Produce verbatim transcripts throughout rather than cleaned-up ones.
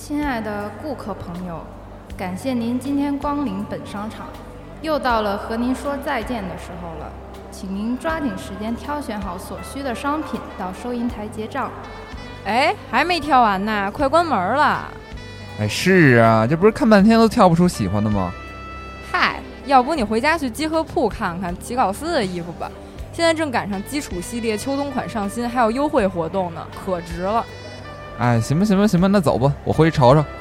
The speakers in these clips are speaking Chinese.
亲爱的顾客朋友，感谢您今天光临本商场，又到了和您说再见的时候了，请您抓紧时间挑选好所需的商品，到收银台结账。 哎，还没挑完呢，快关门了。 哎，是啊，这不是看半天都挑不出喜欢的吗？ 嗨，要不你回家去集合铺看看齐考斯的衣服吧，现在正赶上基础系列秋冬款上新，还有优惠活动呢，可值了。 哎，行吧行吧行吧，那走吧，我回去瞅瞅。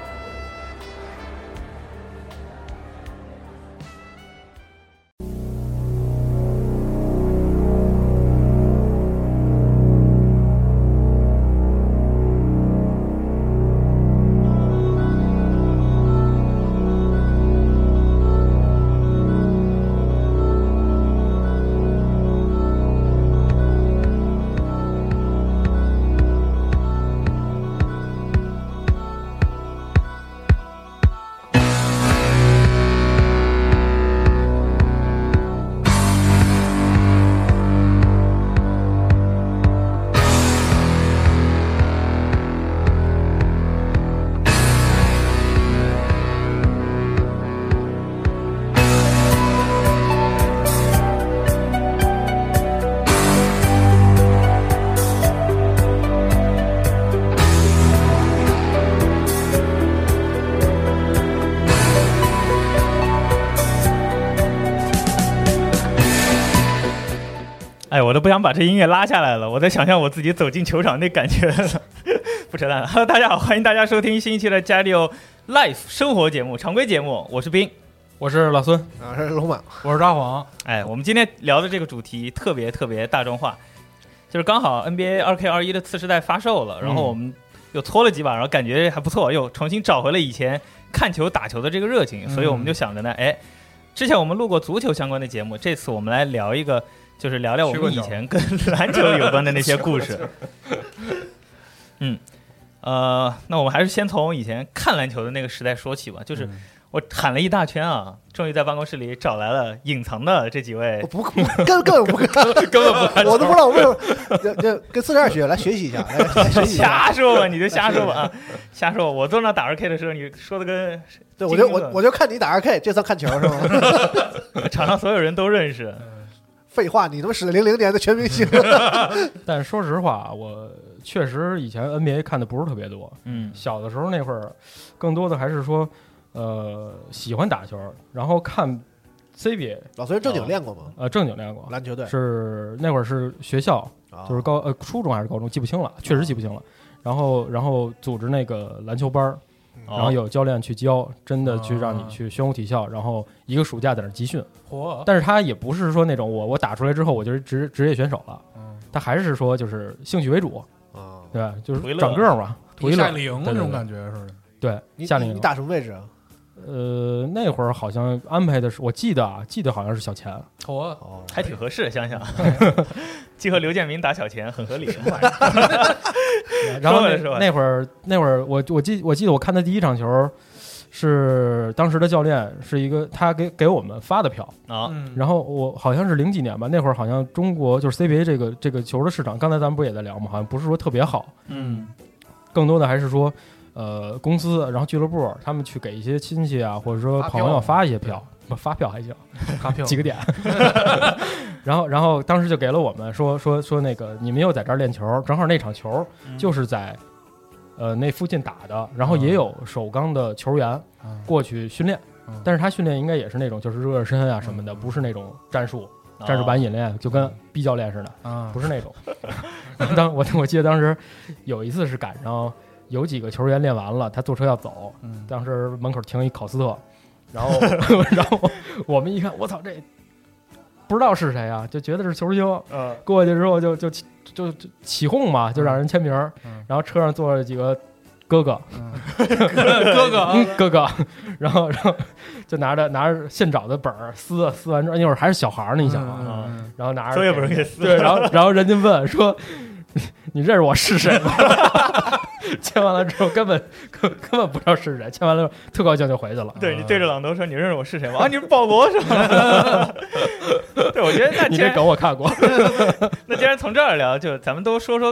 哎，我都不想把这音乐拉下来了，我在想象我自己走进球场那感觉了。不扯淡了。Hello， 大家好，欢迎大家收听新一期的加里奥 Life 生活节目，常规节目。我是冰， 我是老孙， 啊，是龙马， 我是抓黄。 哎，我们今天聊的这个主题特别特别大众化，就是刚好 N B A 二 K 二十一 的次世代发售了，然后我们又搓了几把，然后感觉还不错，又重新找回了以前看球打球的这个热情，所以我们就想着呢，哎，之前我们录过足球相关的节目，这次我们来聊一个。就是聊聊我们以前跟篮球有关的那些故事。嗯，呃，那我们还是先从以前看篮球的那个时代说起吧。就是我喊了一大圈啊，终于在办公室里找来了隐藏的这几位。 我不根根本不看， 根本不看， 我都不知道为什么。这这跟四十二学来学习一下，来来学习一下。 瞎说吧，你就瞎说吧啊，瞎说。我坐那打二 K 的时候，你说的跟对，我就我我就看你打二 K， 这算看球是吗？ 场上所有人都认识。 废话，你他妈是零零年的全明星。 但说实话，我确实以前 N B A 看的不是特别多。 嗯， 小的时候那会儿，更多的还是说，呃，喜欢打球，然后看 C B A。 老孙正经练过吗？ 呃，正经练过篮球队。 是那会儿是学校，就是高呃初中还是高中，记不清了，确实记不清了。然后然后组织那个篮球班。然后有教练去教，真的去让你去宣武体校，然后一个暑假在那集训。但是他也不是说那种我我打出来之后我就是职职业选手了，他还是说就是兴趣为主，对吧？就是长个嘛，图一乐， 夏令营那种感觉似的。 对，夏令营。 你打什么位置啊？ 呃，那会儿好像安排的是，我记得啊，记得好像是小前， 哦，还挺合适，想想，既和刘建明打小前很合理。 然后 那, 那会儿，那会儿我我记我记得我看的第一场球，是当时的教练是一个他给给我们发的票啊， 嗯、然后我好像是零几年吧，那会儿好像中国就是 C B A 这个这个球的市场，刚才咱们不也在聊吗？好像不是说特别好， 嗯， 更多的还是说。呃，公司然后俱乐部他们去给一些亲戚啊，或者说朋友发一些票，不发票还行， 发票几个点。然后，然后当时就给了我们说说说那个你们又在这儿练球，正好那场球就是在、嗯、呃那附近打的，然后也有首钢的球员过去训练，嗯、但是他训练应该也是那种就是热热身啊什么的，嗯、不是那种战术。战术版演练就跟 B 教练似的， 嗯、 不是那种。当我我记得当时有一次是赶上。有几个球员练完了，他坐车要走，嗯、当时门口停一考斯特，然后然后我们一看，我操，这不知道是谁啊，就觉得是球星。 嗯， 过去之后就就就就起哄嘛，就让人签名。嗯、然后车上坐着几个哥哥， 嗯、 哥哥、嗯、哥哥，然后然后就拿着拿着现找的本儿撕撕完之后，那会儿还是小孩呢，你想啊， 嗯、 然后拿着所以不容易撕。 对，然后然后人家问说：“你认识我是谁吗？”签完了之后根本根根本不知道是谁，签完了特高兴就回去了。 对，你对着朗东说：“你认识我是谁吗？”啊，你是保罗是吗？对，我觉得那你这梗我看过。 那既然从这儿聊，就咱们都说说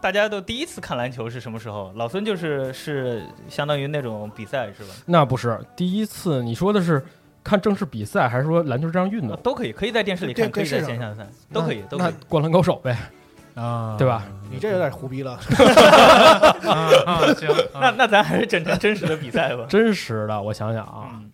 大家都第一次看篮球是什么时候？老孙就是是相当于那种比赛是吧？ 那不是第一次，你说的是看正式比赛，还是说篮球这项运动？ 都可以，可以在电视里看，可以在线下看，都可以，都可以。 灌篮高手呗， 啊， 对吧？ 你这有点胡逼了。 啊啊，行， 那那咱还是整成真实的比赛吧。 真实的，我想想啊。 嗯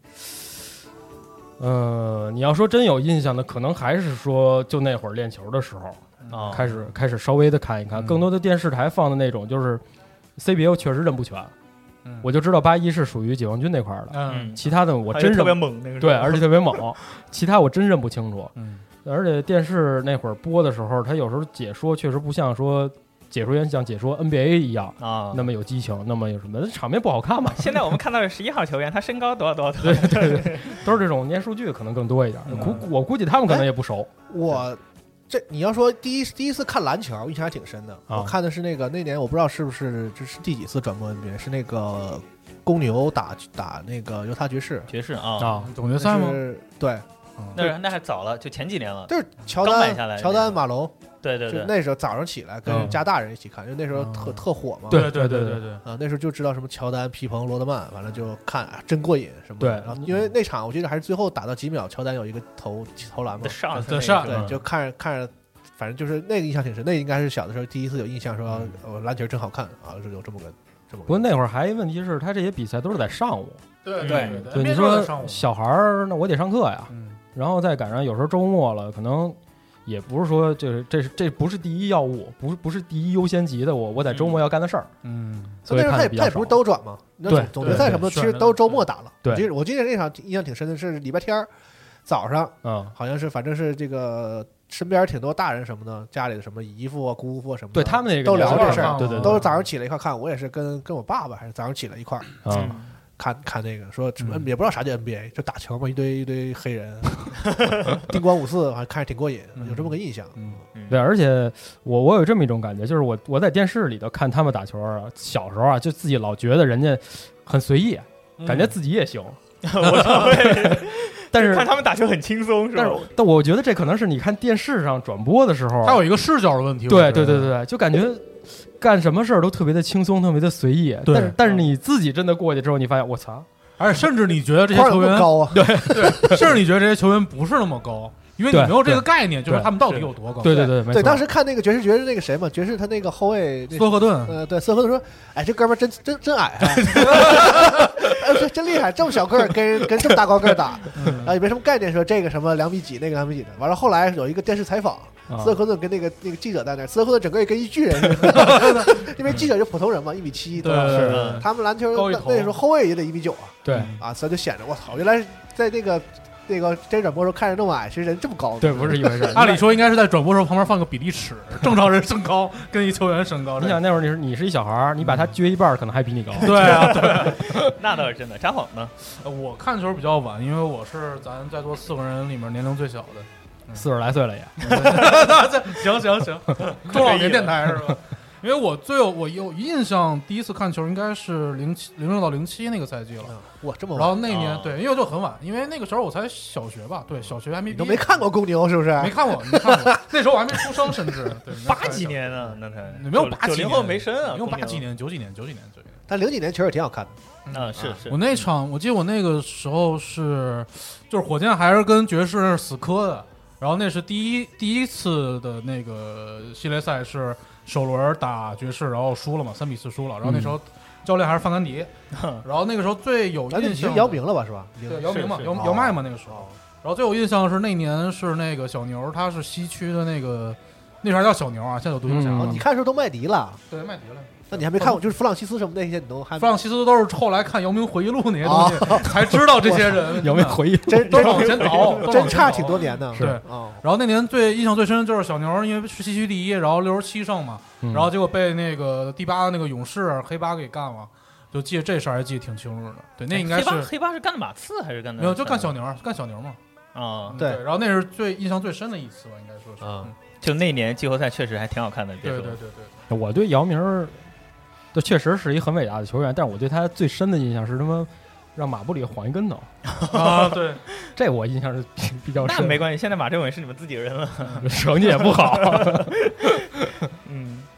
呃，你要说真有印象的，可能还是说就那会儿练球的时候， 哦、 开始开始稍微的看一看， 嗯、 更多的电视台放的那种就是 C B A 我确实认不全， 嗯、 我就知道八一是属于解放军那块的， 嗯， 其他的我真特别猛，那个对，而且特别猛，其他我真认不清楚， 嗯， 而且电视那会儿播的时候，他有时候解说确实不像说。解说员像解说 N B A 一样啊， 那么有激情，那么有什么？场面不好看嘛。 现在我们看到的十一号球员，他身高多少多少多少？对对对，都是这种年数据可能更多一点。估、嗯、我估计他们可能也不熟。 我这你要说第一第一次看篮球，印象还挺深的。啊、我看的是那个那年我不知道是不是这是第几次转播 N B A， 是那个公牛打打那个犹他爵士爵士啊啊总决赛吗？ 对， 那那还早了，就前几年了。 就是乔丹乔丹马龙。 对对对， 那时候早上起来跟加大人一起看，因为那时候特、嗯、特火嘛。 对对对对对啊，那时候就知道什么乔丹、皮蓬、罗德曼，完了就看、啊、真过瘾什么的。 对，然后因为那场我记得还是最后打到几秒，乔丹有一个投投篮嘛， 上对上， 对，就看着看着，反正就是那个印象挺深。那应该是小的时候第一次有印象说，说、嗯哦、篮球真好看啊，是有这么个这么个。 不过那会儿还有一问题是，他这些比赛都是在上午。 对对对对， 你说小孩儿，那我得上课呀， 嗯、 然后再赶上有时候周末了，可能。也不是说就是这是这不是第一要务，不是不是第一优先级的，我我在周末要干的事儿。 嗯， 所以看的比较少。 他也不是都转嘛， 对， 总决赛什么的其实都周末打了。 对， 我记得我记得那场印象挺深的是礼拜天早上， 嗯， 好像是反正是这个身边挺多大人什么的，家里的什么姨父啊、姑父啊什么的， 对他们那个都聊这事儿， 对对， 都是早上起来一块看。我也是跟跟我爸爸还是早上起来一块儿， 嗯。 看看那个说什么、嗯、也不知道啥叫 N B A， 就打球嘛，一堆一堆黑人，叮咣五四，还看着挺过瘾，有这么个印象。 嗯，对，而且我我有这么一种感觉，就是我我在电视里头看他们打球啊，小时候啊，就自己老觉得人家很随意，感觉自己也行。 嗯、我但是看他们打球很轻松，是吧？ 但是但我觉得这可能是你看电视上转播的时候， 它有一个视角的问题。 对对对对，就感觉。干什么事儿都特别的轻松，特别的随意。但是但是你自己真的过去之后，你发现我操， 而且甚至你觉得这些球员高啊， 对对，甚至你觉得这些球员不是那么高，因为你没有这个概念，就是他们到底有多高。 对对对， 对。当时看那个爵士爵士那个谁嘛，爵士他那个后卫斯赫顿， 呃，对，斯赫顿说，哎，这哥们儿真真真矮，真真厉害，这么小个儿跟人跟这么大高个儿打，啊，也没什么概念，说这个什么两米几，那个两米几的。完了后来有一个电视采访。斯科顿跟那个那个记者在那儿，斯科顿整个也跟一巨人似的，因为记者就普通人嘛，一米七， 对， 他们篮球那时候后卫也得一米九啊， 对啊，所以就显得我操，原来在那个那个真转播时候看着那么矮，其实人这么高， 对，不是一回事。 按理说应该是在转播时候旁边放个比例尺，正常人身高跟一球员身高。 你想那会儿你是你是一小孩，你把他撅一半，可能还比你高。 对啊，对， 那倒是真的。张晃呢？ 我看球比较晚，因为我是咱在座四个人里面年龄最小的。 四十来岁了也， 行行行，中老年电台是吧？因为我最有我有印象，第一次看球应该是零七零六到零七那个赛季了。 哇，这么晚！ 然后那年、哦、对，因为就很晚，因为那个时候我才小学吧，对，小学还没毕业。 你都没看过公牛是不是？ 没看过，没看过。那时候我还没出生，甚至对八几年呢，那才没有八几年， 九零后没生啊， 没有八几年，九几年，九几年，九几年。 但零几年球也挺好看的。 嗯，是是。 我那场，我记得我那个时候是，就是火箭还是跟爵士死磕的。然后那是第一第一次的那个系列赛是首轮打爵士，然后输了嘛，三比四输了。然后那时候教练还是范甘迪，嗯、然后那个时候最有印象姚明了吧，是吧？ 对，姚明嘛，姚姚麦嘛那个时候。然后最有印象的是那年是那个小牛，他是西区的那个，那时候还叫小牛啊，现在有独行侠、嗯哦。你看的时候都麦迪了， 对，麦迪了。 那你还没看过，就是弗朗西斯什么那些，你都还弗朗西斯都是后来看姚明回忆录那些东西、哦、才知道这些人。 姚明回忆真都往前倒， 真差挺多年的。 对， 哦、 然后那年最印象最深就是小牛，因为是西区第一，然后六十七胜嘛、嗯，然后结果被那个第八的那个勇士黑八给干了，就记得这事儿还记得挺清楚的。对，那应该是、 哎、黑八黑八是干的马刺还是干的？ 没有，就干小牛，干小牛嘛。 啊、哦嗯，对。然后那是最印象最深的一次吧，应该说是。 嗯，就那年季后赛确实还挺好看的。 对对对对。 我对姚明。这确实是一很伟大的球员，但是我对他最深的印象是他妈让马布里晃一跟头啊！对， 这我印象是比较深。 那没关系，现在马政伟是你们自己人了， 成绩也不好。 嗯，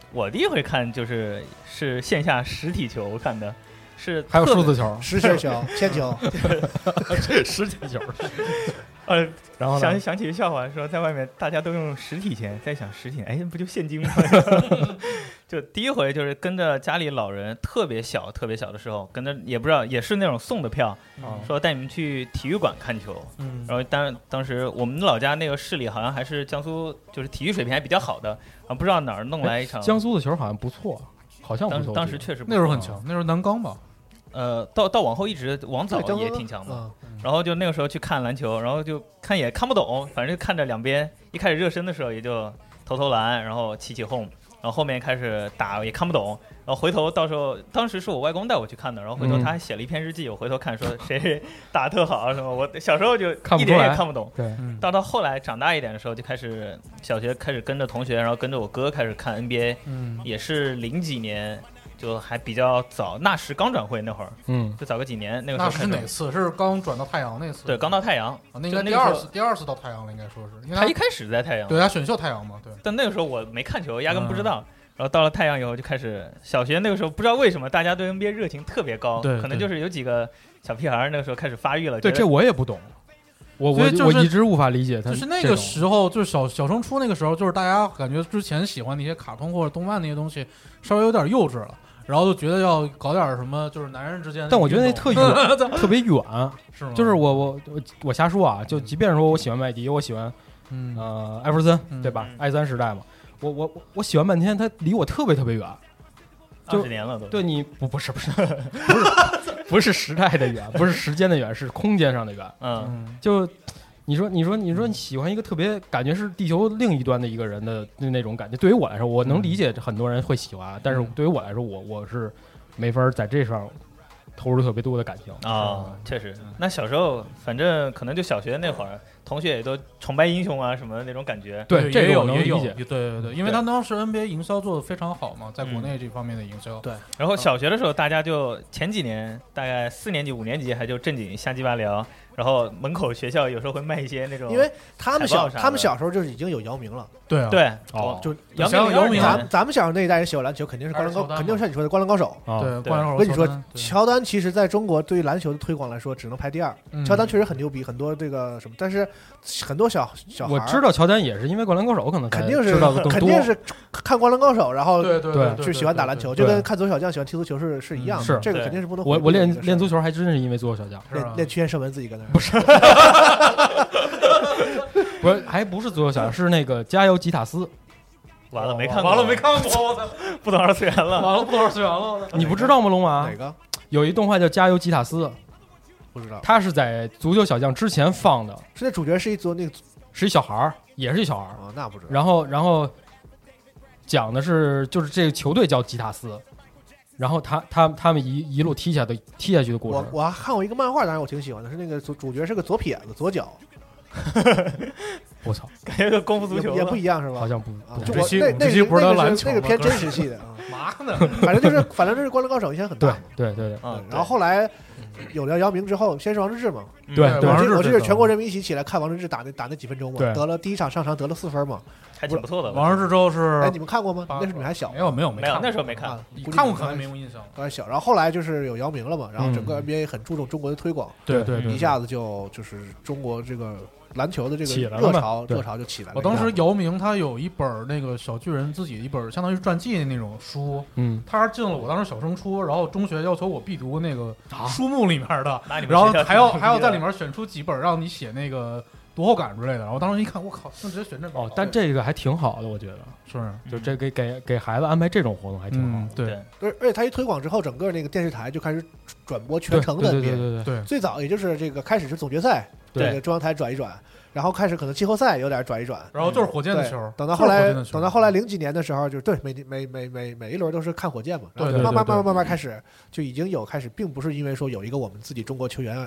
我第一回看就是是线下实体球看的，是还有特数字球、 实线球、铅球， 实体球。 呃， 然后呢想想起一笑话，说在外面大家都用实体钱，在想实体，哎，不就现金吗？就第一回就是跟着家里老人，特别小特别小的时候，跟着也不知道，也是那种送的票， 嗯说带你们去体育馆看球。 嗯然后当当时我们老家那个市里好像还是江苏，就是体育水平还比较好的，啊，不知道哪儿弄来一场。 江苏的球好像不错，好像不当错。 当时确实不错那时候很强，那时候南钢吧。 呃，到到往后一直往早对也挺强的。 嗯然后就那个时候去看篮球，然后就看也看不懂，反正就看着两边，一开始热身的时候也就投投篮，然后起起哄，然后后面开始打也看不懂，然后回头到时候当时是我外公带我去看的，然后回头他还写了一篇日记，我回头看说谁谁打得特好什么，我小时候就一点也看不懂。 对， 嗯， 到到后来长大一点的时候，就开始小学开始跟着同学，然后跟着我哥开始看 N B A， 嗯， 也是零几年。就还比较早，纳什刚转会那会儿， 嗯， 就早个几年。那个时候那是哪次？是刚转到太阳那次？ 对，刚到太阳。 啊，那应该就那个时候第二次，第二次到太阳了，应该说是，因为他一开始在太阳， 对他选秀太阳嘛，对。 但那个时候我没看球，压根不知道。然后到了太阳以后就开始，小学那个时候不知道为什么大家对 N B A 热情特别高， 对可能就是有几个小屁孩那个时候开始发育了。 对，这我也不懂，我我所以就是我一直无法理解他。 就是那个时候，就是小小升初那个时候，就是大家感觉之前喜欢那些卡通或者动漫那些东西稍微有点幼稚了。然后就觉得要搞点什么，就是男人之间的。 但我觉得那特远，特别远， 是吗？ 就是我我我我瞎说啊，就即便说我喜欢麦迪，我喜欢嗯呃艾弗森， 嗯对吧？ 嗯艾三时代嘛，我我我喜欢半天，他离我特别特别远， 二十年了都。 对你不不是不是不是不是时代的远，不是时间的远，是空间上的远。 嗯， 就你说你说你说你喜欢一个特别感觉是地球另一端的一个人的那种感觉，对于我来说，我能理解很多人会喜欢，但是对于我来说，我我是没法在这上投入特别多的感情啊，确实。那小时候反正可能就小学那会儿，同学也都崇拜英雄啊什么的那种感觉。 对，这也有个我能理解。 对对对，因为他当时 N B A 营销做的非常好嘛，在国内这方面的营销。 对。 然后小学的时候，大家就前几年大概四年级、五年级还就正经瞎鸡巴聊。然后门口学校有时候会卖一些那种， 因为他们小他们小时候就是已经有姚明了， 对啊， 对， 哦， 就姚明姚明， 咱咱们小时候那一代人喜欢篮球，肯定是灌篮高，肯定是你说的灌篮高手， 对，灌篮高手。 我跟你说，乔丹其实在中国对于篮球的推广来说，只能排第二。乔丹确实很牛逼，很多这个什么，但是很多小小孩， 我知道乔丹也是因为灌篮高手，可能肯定是知道的更多， 肯定是看灌篮高手，然后对对对， 去喜欢打篮球，就跟看足球小将喜欢踢足球是是一样的， 是这个肯定是不能。 我我练练足球还真是因为足球小将， 练练曲线射门自己跟那不是。不是，还不是足球小将，是那个加油吉塔斯。 完了，没看过， 完了没看过，我操， 不懂二次元了， 完了不懂二次元了。 你不知道吗，龙马？ 哪个？ 有一动画叫《加油吉塔斯》， 不知道。 他是在足球小将之前放的， 是那主角是一组那个是一小孩儿，也是一小孩儿。 哦，那不知道。 然后，然后讲的是就是这个球队叫吉塔斯。然后他他他们一一路踢下的踢下去的故事。 我我还看过一个漫画，当然我挺喜欢的，是那个主主角是个左撇子，左脚。 我操， 感觉个功夫足球也不一样是吧？ 好像不。 啊、就我那那个不是篮球， 那个偏真实系的啊。 嘛呢？ 反正就是反正就是灌篮高手影响很大。 对对对对。嗯、然后后来有了姚明之后，先是王治郅嘛。 对对。 我记我记得全国人民一起起来看王治郅打那打那几分钟嘛，得了第一场上场得了四分嘛。 还挺不错的。 王治郅之后是， 哎，你们看过吗？那时候你们还小。 没有没有没有，那时候没看。 看过可能没有印象。 当然小，然后后来就是有姚明了嘛，然后整个 N B A 很注重中国的推广， 对对对， 一下子就就是中国这个篮球的这个热潮热潮就起来了。 我当时姚明他有一本那个小巨人自己一本相当于传记的那种书， 嗯， 他是进了我当时小升初，然后中学要求我必读那个书目里面的， 然后还要还要在里面选出几本让你写那个。读后感之类的，然后当时一看，我靠，那直接选这哦，但这个还挺好的，我觉得是， 就这给给给孩子安排这种活动还挺好。 嗯、对， 而而且他一推广之后，整个那个电视台就开始转播全程的 N B A， 对对对对， 最早也就是这个开始是总决赛， 对这个中央台转一转，然后开始可能季后赛有点转一转， 然后就是火箭的球， 等到后来等到后来零几年的时候，就对每每每每每一轮都是看火箭嘛，然后慢慢慢慢慢慢开始就已经有开始，并不是因为说有一个我们自己中国球员。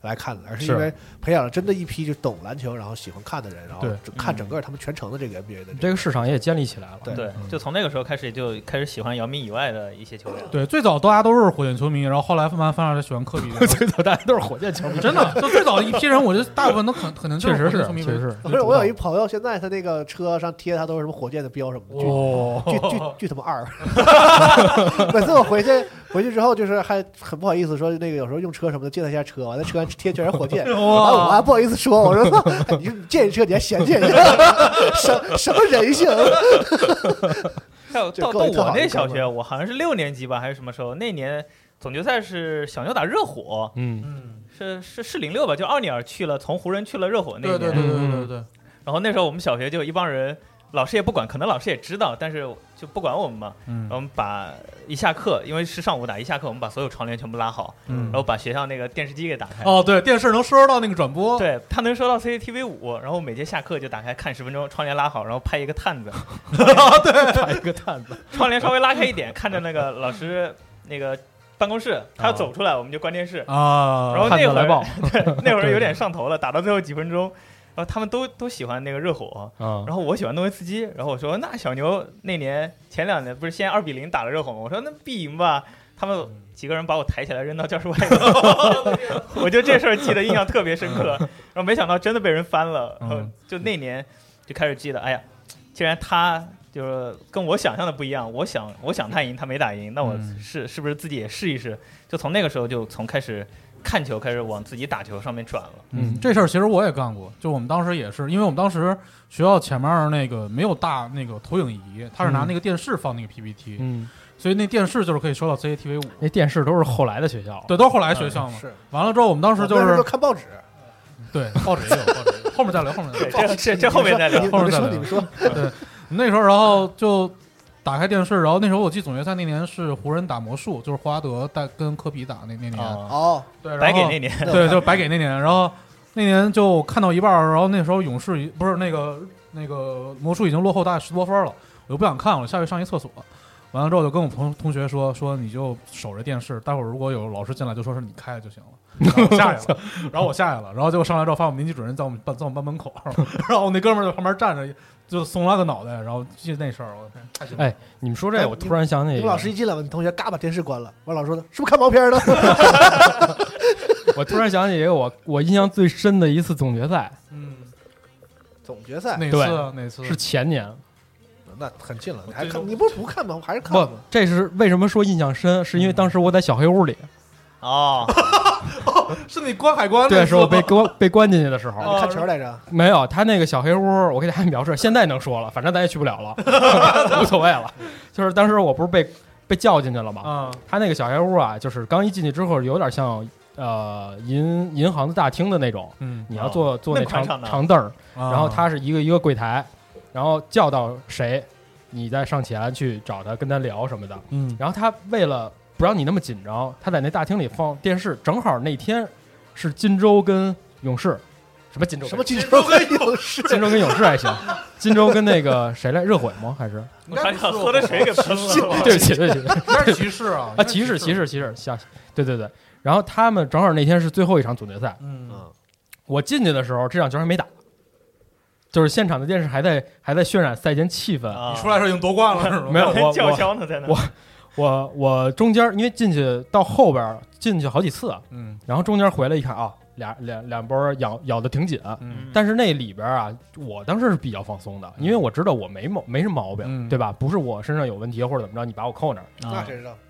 来看的，而是因为培养了真的一批就懂篮球然后喜欢看的人，然后看整个他们全程的这个 N B A 的这个市场也建立起来了。 对对，就从那个时候开始就开始喜欢姚明以外的一些球员。 对，最早大家都是火箭球迷，然后后来慢慢发展喜欢科比。 最早大家都是火箭球迷， 真的，就最早的一批人，我觉得大部分都可可能确实是， 确实是。 不是，我有一朋友，现在他那个车上贴他都是什么火箭的标什么的， 哦， 巨巨巨他妈二。每次我回去回去之后，就是还很不好意思说那个有时候用车什么的借他一下车，完了车上贴全是火箭，我还不好意思说，我说你借你车你还嫌弃人家，什什么人性？ 到到到我那小学，我好像是六年级吧，还是什么时候？那年总决赛是小牛打热火， 嗯嗯， 是是是零六吧？就奥尼尔去了，从湖人去了热火那年。 对对对对对对。 然后那时候我们小学就一帮人，老师也不管，可能老师也知道，但是就不管我们嘛。嗯。然后我们把一下课，因为是上午打，一下课我们把所有窗帘全部拉好，嗯，然后把学校那个电视机给打开。 哦，对，电视能收到那个转播， 对，它能收到 C C T V 五，然后每节下课就打开看十分钟，窗帘拉好，然后拍一个探子。 对， 拍一个探子， 窗帘稍微拉开一点，看着那个老师那个。办公室，他要走出来，我们就关电视啊。 然后那会儿， 对，那会儿有点上头了，打到最后几分钟，然后他们都都喜欢那个热火， 啊， 然后我喜欢诺维斯基，然后我说那小牛那年前两年不是先二比零打了热火吗？我说那必赢吧。他们几个人把我抬起来扔到教室外面，我就这事儿记得印象特别深刻。然后没想到真的被人翻了，然后就那年就开始记得，哎呀，既然他。就是跟我想象的不一样，我想我想他赢，他没打赢，那我是、嗯、是不是自己也试一试？就从那个时候就从开始看球开始往自己打球上面转了。 嗯，这事儿其实我也干过，就我们当时也是，因为我们当时学校前面那个没有大那个投影仪，他是拿那个电视放那个 P P T， 嗯，所以那电视就是可以收到 C C T V 五。 那电视都是后来的学校， 对，都是后来学校嘛。 嗯、是。 完了之后，我们当时就是看报纸。 对，报纸也有，报纸也有后面再聊，后面再聊。 这这这后面再聊， 后面再聊。 你们说， 对，那时候然后就。打开电视，然后那时候我记得总决赛那年是湖人打魔术，就是霍华德带跟科比打那那年。 哦， 对， 白给那年， 对，就白给那年。然后那年就看到一半，然后那时候勇士不是那个那个魔术已经落后大概十多分了，我就不想看了，下去上一厕所。完了之后就跟我同同学说说你就守着电视，待会儿如果有老师进来就说是你开就行了。然后我下去了，然后我下去了，然后结果上来之后发现我们年级主任在我们班在我们班门口，然后我那哥们儿在旁边站着。就松了个脑袋，然后记那事儿，我太喜欢。 哎，你们说这，我突然想起， 你们老师一进来，你同学嘎把电视关了，完老师说的，是不是看毛片呢？ 我突然想起一个我我印象最深的一次总决赛， 嗯， 总决赛哪次？哪次？ 是前年， 那很近了，你还看？你不是不看吗？我还是看吗？ 不，这是为什么说印象深？是因为当时我在小黑屋里。 哦， 是你关海关对，是我被关被关进去的时候， 你看球来着？ 没有，他那个小黑屋，我给大家描述，现在能说了，反正咱也去不了了，无所谓了。就是当时我不是被被叫进去了吗？ 嗯， 他那个小黑屋啊，就是刚一进去之后，有点像呃银银行的大厅的那种， 嗯， 你要坐坐那长长长凳儿，然后他是一个一个柜台，然后叫到谁，你再上前去找他，跟他聊什么的， 嗯， 然后他为了不让你那么紧张，他在那大厅里放电视，正好那天是金州跟勇士，什么金州？ 什么金州跟勇士？ 金州跟勇士还行，金州跟那个谁来？热火吗？还是？ 我还想喝的水给喷了。 对不起，对不起， 那是骑士啊！ 啊，骑士，骑士，骑士，下，对对对。然后他们正好那天是最后一场总决赛， 嗯， 我进去的时候，这场球还没打。就是现场的电视还在还在渲染赛前气氛， 你出来的时候已经夺冠了是吗？ 没有，我叫嚣呢在那。 我我我中间因为进去到后边进去好几次， 嗯， 然后中间回来一看啊，俩两两波咬咬的挺紧， 嗯， 但是那里边啊，我当时是比较放松的，因为我知道我没毛没什么毛病， 嗯， 对吧？不是我身上有问题或者怎么着，你把我扣那儿， 那谁知道？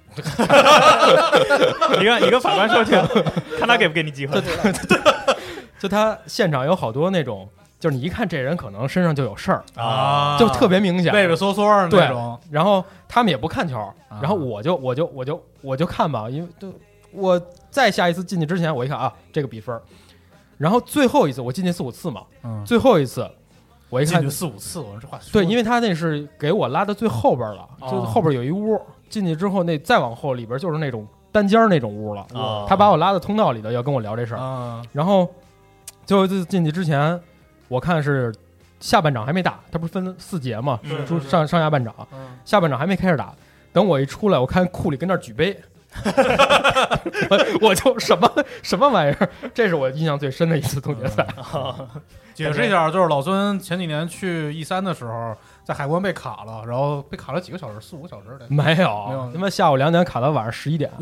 你跟你跟法官说去，看他给不给你机会。 对对对，就他现场有好多那种。就是你一看这人可能身上就有事儿啊， 就特别明显， 畏畏缩缩的那种。 然后他们也不看球，啊、然后我就我就我就我就看吧，因为就我再下一次进去之前，我一看啊，这个比分。然后最后一次我进去四五次嘛， 嗯， 最后一次我一看进去四五次，我这话说对，因为他那是给我拉到最后边了， 哦、 就后边有一屋，进去之后那再往后里边就是那种单间那种屋了， 哦、 他把我拉到通道里头要跟我聊这事儿， 啊、 然后最后一次进去之前，我看是。下半场还没打，他不是分四节嘛， 嗯、 上上下半场， 嗯、 下半场还没开始打。等我一出来，我看库里跟那儿举杯， 我我就什么什么玩意儿，这是我印象最深的一次总决赛。 哦解释一下，就是老孙前几年去 E 三的时候，在海关被卡了，然后被卡了几个小时，四五个小时的。 没没有有，他妈下午两点卡到晚上十一点，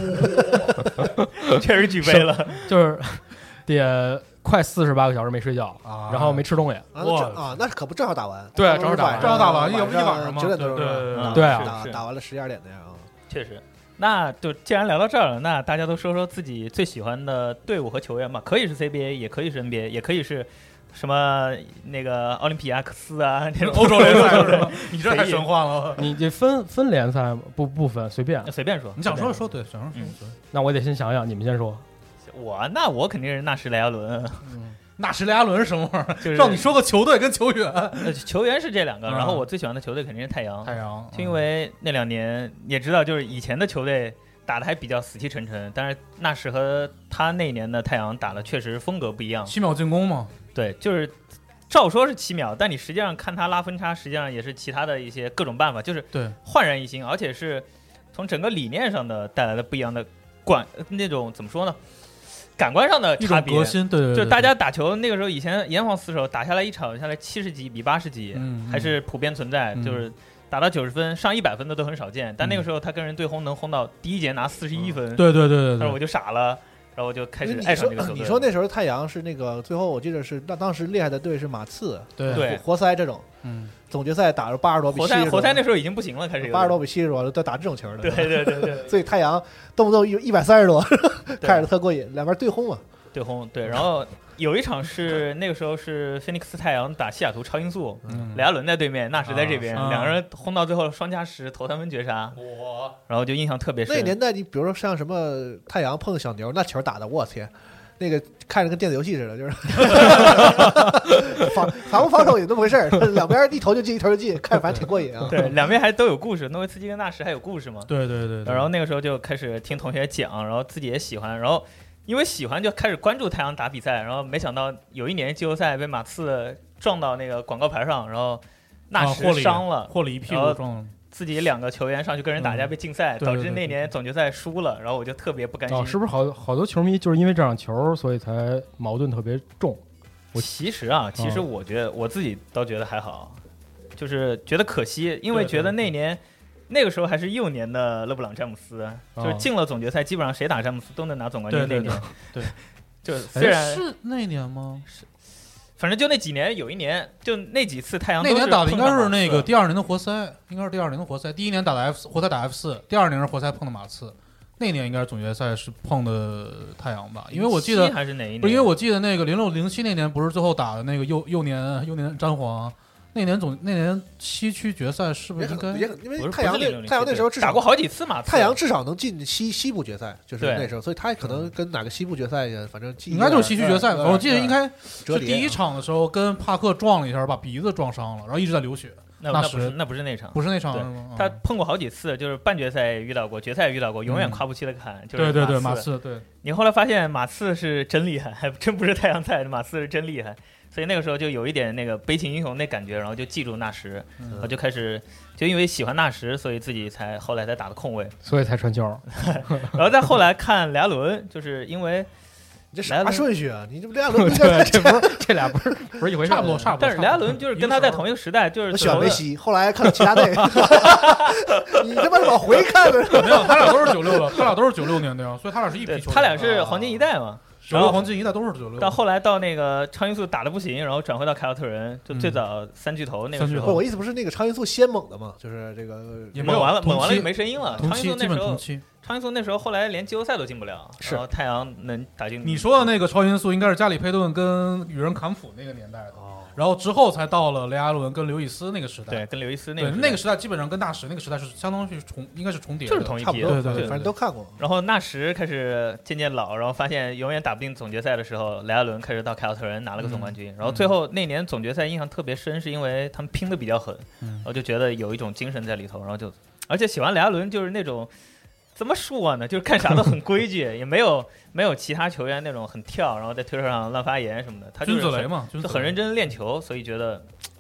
确实举杯了， 就是得快四十八个小时没睡觉， 啊然后没吃东西。 啊那正啊，那可不正好打完？ 对正好打完正好打完晚要不一晚上嘛九点多钟对对是吧对对啊打是打完了十一二点那样啊。 确实。那就既然聊到这儿了，那大家都说说自己最喜欢的队伍和球员吧，可以是 C B A， 也可以是 N B A， 也可以是什么那个奥林匹亚克斯啊，那种欧洲联赛是吧？你这太神话了。 你这分分联赛吗？不不分，随便。 随便说， 你想说随便说对，想说说嗯说。 那我得先想想，你们先说。 我那我肯定是纳什雷阿伦， 纳什雷阿伦是什么玩意儿？ 就是让你说个球队跟球员。 呃球员是这两个， 嗯然后我最喜欢的球队肯定是太阳， 太阳， 就因为那两年你也知道，就是以前的球队打的还比较死气沉沉，但是纳什和他那年的太阳打的确实风格不一样。 七秒进攻嘛， 对，就是照说是七秒，但你实际上看他拉分差，实际上也是其他的一些各种办法，就是对， 焕然一新，而且是从整个理念上的带来的不一样的感，那种怎么说呢？感官上的一差别。 种革新，对对对， 就是大家打球那个时候，以前炎黄死守打下来一场下来七十几比八十几， 嗯还是普遍存在， 嗯就是打到九十分上一百分的都很少见。但那个时候他跟人对轰能轰到第一节拿四十一分， 对对对对对， 但是我就傻了，然后我就开始你爱上这个球队。 说你说那时候太阳是那个最后我记得是那当时厉害的队是马刺， 对对活塞这种， 嗯， 总决赛打了八十多比活塞七十多， 活塞那时候已经不行了，开始有八十多比七十多都打这种球的， 对对对对所以太阳动不动一一百三十多， 对看着特过瘾，两边对轰嘛。 对轰对，然后有一场是那个时候是菲尼克斯太阳打西雅图超音速， 嗯雷阿伦在对面，纳什在这边， 啊两个人轰到最后双加时投三分绝杀， 我然后就印象特别深。 那个年代，你比如说像什么太阳碰小牛，那球打的我天，那个看着跟电子游戏似的，就是防防不防守也那么回事儿，两边一投就进，一投就进，看着反正挺过瘾啊。 对，两边还都有故事，诺维斯基跟纳什还有故事嘛。 对对对，对然后那个时候就开始听同学讲，然后自己也喜欢，然后因为喜欢就开始关注太阳打比赛，然后没想到有一年季后赛被马刺撞到那个广告牌上，然后纳什啊霍里伤了， 霍里一屁然后股撞了， 自己两个球员上去跟人打架被禁赛， 对对对导致那年总决赛输了，然后我就特别不甘心。 哦，是不是好好多球迷就是因为这场球，所以才矛盾特别重？ 我其实啊，其实我觉得、我自己倒觉得还好，就是觉得可惜，因为觉得那年那个时候还是幼年的勒布朗詹姆斯， 哦就是进了总决赛，基本上谁打詹姆斯都能拿总冠军。 对对那年， 对， 就哎虽然是那年吗？ 反正就那几年，有一年就那几次太阳那年打的应该是那个第第二年的活塞，应该是第二年的活塞。第一年打的 F 活塞打 F 四，第二年是活塞碰的马刺。那年应该是总决赛是碰的太阳吧？因为我记得还是哪一年？ 不是，因为我记得那个零六零七那年不是最后打的那个幼幼年幼年詹皇，那年总那年西区决赛是不也是应该很也很，因不是为太阳不是那太阳那时候至少打过好几次马刺， 太阳至少能进西西部决赛，就是对那时候，所以他可能跟哪个西部决赛呀，反正记忆应该就是西区决赛？ 有点我记得应该折叠是第一场的时候跟帕克撞了一下，把鼻子撞伤了，然后一直在流血。那是那那不是那不是那场， 不是那场对是吗？ 他嗯碰过好几次，就是半决赛也遇到过，决赛也遇到过，永远嗯跨不起的坎。就是对对对， 马马刺对， 你后来发现马刺是真厉害，还真不是太阳菜，马刺是真厉害。所以那个时候就有一点那个悲情英雄那感觉，然后就记住纳什， 嗯然后就开始就因为喜欢纳什，所以自己才后来才打的控卫， 所以才传球。 然后再后来看雷阿伦，就是因为你这啥顺序啊？你这雷阿伦对，这不是这俩不是不是一回事儿， 差不多差不多。 但是雷阿伦就是跟他在同一个时代，就是我选投的梅西，后来看其他队，你他妈是往回看的。 没有，他俩都是九六的，他俩都是九六年的呀，所以他俩是一批对球员。 他俩是黄金一代嘛。 九六黄金一代都是九六。 到后来到那个超音速打的不行，然后转回到凯尔特人，就最早三巨头那个时不， 三巨头候我意思不是那个超音速先猛的嘛，就是这个也没有猛完了， 同期猛完了就没声音了。超音同期基速那时候， 本同期。 超音速那时候后来连季后赛都进不了， 是然后太阳能打进。 你说的那个超音速应该是加里佩顿跟与人坎普那个年代的， 哦， 然后之后才到了雷阿伦跟刘易斯那个时代。 对，跟刘易斯那对， 个那个时代基本上跟纳什那个时代是相当于重，应该是重叠的， 就是同一批， 差不多， 对对对反正都看过。 然后纳什开始渐渐老，然后发现永远打不进总决赛的时候，雷阿伦开始到凯尔特人拿了个总冠军。然后最后那年总决赛印象特别深，是因为他们拼的比较狠， 嗯然后就觉得有一种精神在里头，然后就而且喜欢雷阿伦就是那种怎么说呢，就是干啥都很规矩，也没有没有其他球员那种很跳，然后在推特上乱发言什么的。他就是很君子雷嘛，君子雷就很认真练球，所以觉得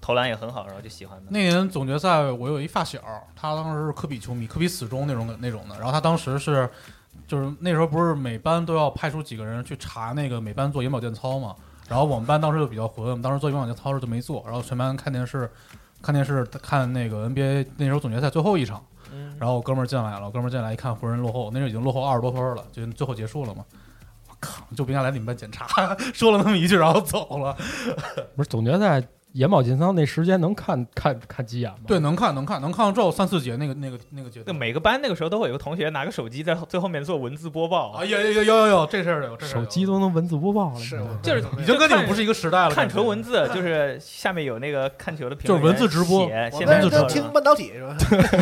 投篮也很好，然后就喜欢的。 那年总决赛我有一发小，他当时是科比球迷，科比死忠那种那种的，然后他当时是。就是那时候不是每班都要派出几个人去查那个每班做眼保健操嘛，然后我们班当时就比较混，我们当时做眼保健操时就没做，然后全班看电视，看电视看那个 N B A 那时候总决赛最后一场，然后我哥们儿进来了，我哥们儿进来一看湖人落后，那时候已经落后二十多分了，就最后结束了嘛。我靠，就不应该来你们班检查，说了那么一句然后走了。 不是总决赛。眼保健操那时间能看看看几眼吗？ 对，能看能看能看到之后三四节那个那个那个阶段。 那每个班那个时候都会有个同学拿个手机在最后面做文字播报。 啊，有有有有有这事儿有，这手机都能文字播报了， 是就是已经跟你们不是一个时代了。 看纯文字，就是下面有那个看球的评论，就是文字直播。 现在就听半导体是吧？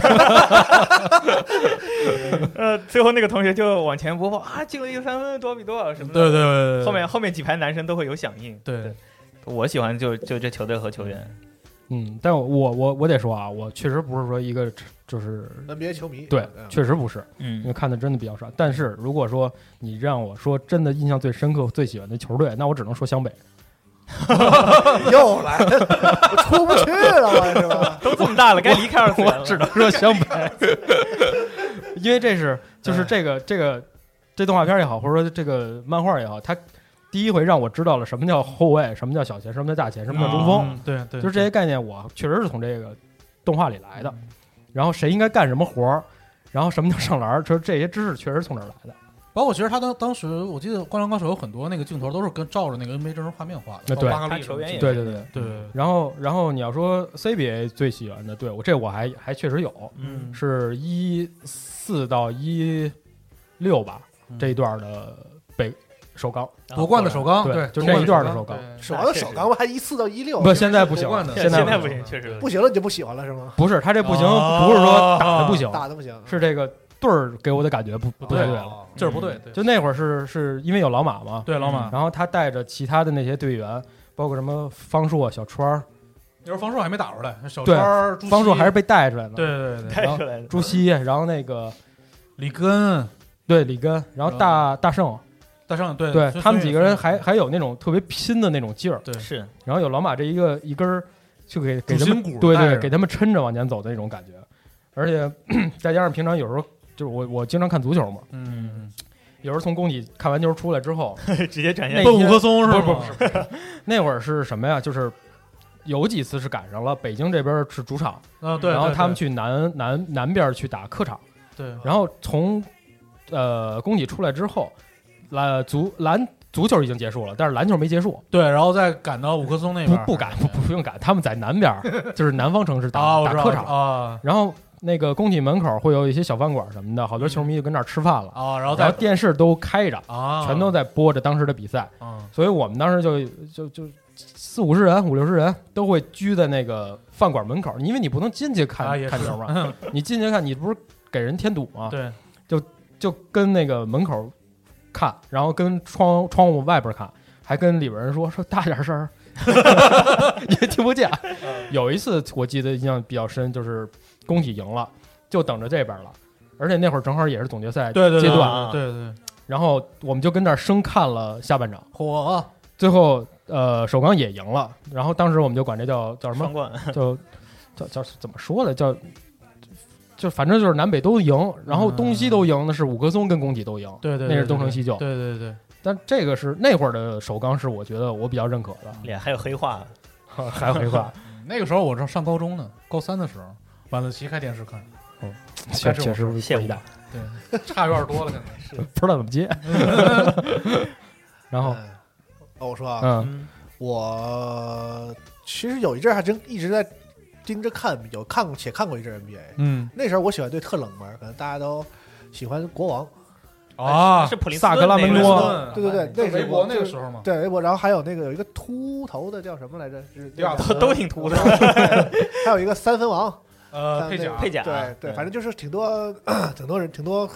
呃，最后那个同学就往前播报啊，进了一个三分，多比多少什么的。 对对对对， 后面后面几排男生都会有响应。 对， 对我喜欢就就这球队和球员。 嗯，但我我我得说啊，我确实不是说一个就是 N B A 球迷， 对，确实不是， 嗯， 因为看的真的比较少。但是如果说你让我说真的印象最深刻、最喜欢的球队，那我只能说湘北。 又来了，我出不去了，我是吧？ 都这么大了，该离开二次元了， 我只能说湘北，因为这是就是这个这个这动画片也好，或者说这个漫画也好，它。第一回让我知道了什么叫后卫，什么叫小前，什么叫大前，什么叫中锋。 嗯、对对， 就是这些概念，我确实是从这个动画里来的。然后谁应该干什么活儿，然后什么叫上篮，就是这些知识确实是从这儿来的。 包括其实他当当时，我记得《灌篮高手》有很多那个镜头都是跟照着那个 N B A 真实画面画的。 对， 他球员也对对对对。 然后然后你要说 C B A 最喜欢的队伍，这我还还确实有， 嗯， 是一四到一六吧、嗯、这一段的北。首钢夺冠的首钢， 对，就那一段的首钢。 首钢的首钢还一四到一六， 不，现在不行， 现在不行，确实不行了，你就不喜欢了是吗？ 不是，他这不行，不是说打的不行， 打的不行， 是这个队儿给我的感觉不不太对了， 劲儿不对。 就那会儿是是因为有老马嘛， 对老马， 然后他带着其他的那些队员，包括什么方硕、小川， 那时候方硕还没打出来，小川、 方硕还是被带出来的， 对对对， 带出来的。 朱熹，然后那个里根， 对里根，然后大大圣。 大圣对对，他们几个人还还有那种特别拼的那种劲儿， 对是。 然后有老马这一个一根儿，就给给他们对对给他们抻着往前走的那种感觉，而且再加上平常有时候就是我我经常看足球嘛， 嗯， 有时候从工体看完球出来之后， 直接转向奔五棵松是吧？不是不是，那会儿是什么呀？就是有几次是赶上了北京这边是主场啊，对， 然后他们去南南南边去打客场， 对， 然后从呃工体出来之后。篮足篮足球已经结束了，但是篮球没结束。 对，然后再赶到五棵松那边， 不不赶，不不用赶，他们在南边，就是南方城市打、 啊、 打客场啊。 然后那个工体门口会有一些小饭馆什么的，好多球迷就跟那儿吃饭了啊。然后然后电视都开着啊， 全都在播着当时的比赛啊。 所以我们当时就就就四五十人、五六十人都会聚在那个饭馆门口，因为你不能进去看、 啊、 看球嘛，你进去看，你不是给人添堵吗？ 对， 就就跟那个门口。看，然后跟窗窗户外边看，还跟里边人说说大点声儿，也听不见。有一次我记得印象比较深，就是工体赢了，就等着这边了，而且那会儿正好也是总决赛阶段， 对对对，对对。 然后我们就跟那儿生看了下半场， 嚯！ 最后呃首钢也赢了，然后当时我们就管这叫叫什么？ 双冠， 叫叫叫怎么说的？叫。就反正就是南北都赢，然后东西都赢的是五棵松跟工体都赢， 对对， 那是东成西就， 对对对。 但这个是那会儿的首钢，是我觉得我比较认可的。 脸还有黑化， 还有黑化。 那个时候我正上高中呢，高三的时候，晚自习开电视看。 哦，确确实羡慕大， 对，差有点多了，可能是不知道怎么接。然后， 哦，我说啊， 嗯， 我其实有一阵还真一直在。盯着看，有看过且看过一阵 N B A， 嗯， 那时候我喜欢队特冷门，可能大家都喜欢国王啊， 是普林斯萨克拉门多， 对对对， 那是我那个时候嘛， 对微博，然后还有那个有一个秃头的叫什么来着？是都都挺秃的， 还有一个三分王， 呃，配甲配甲， 对对，反正就是挺多挺多人挺多还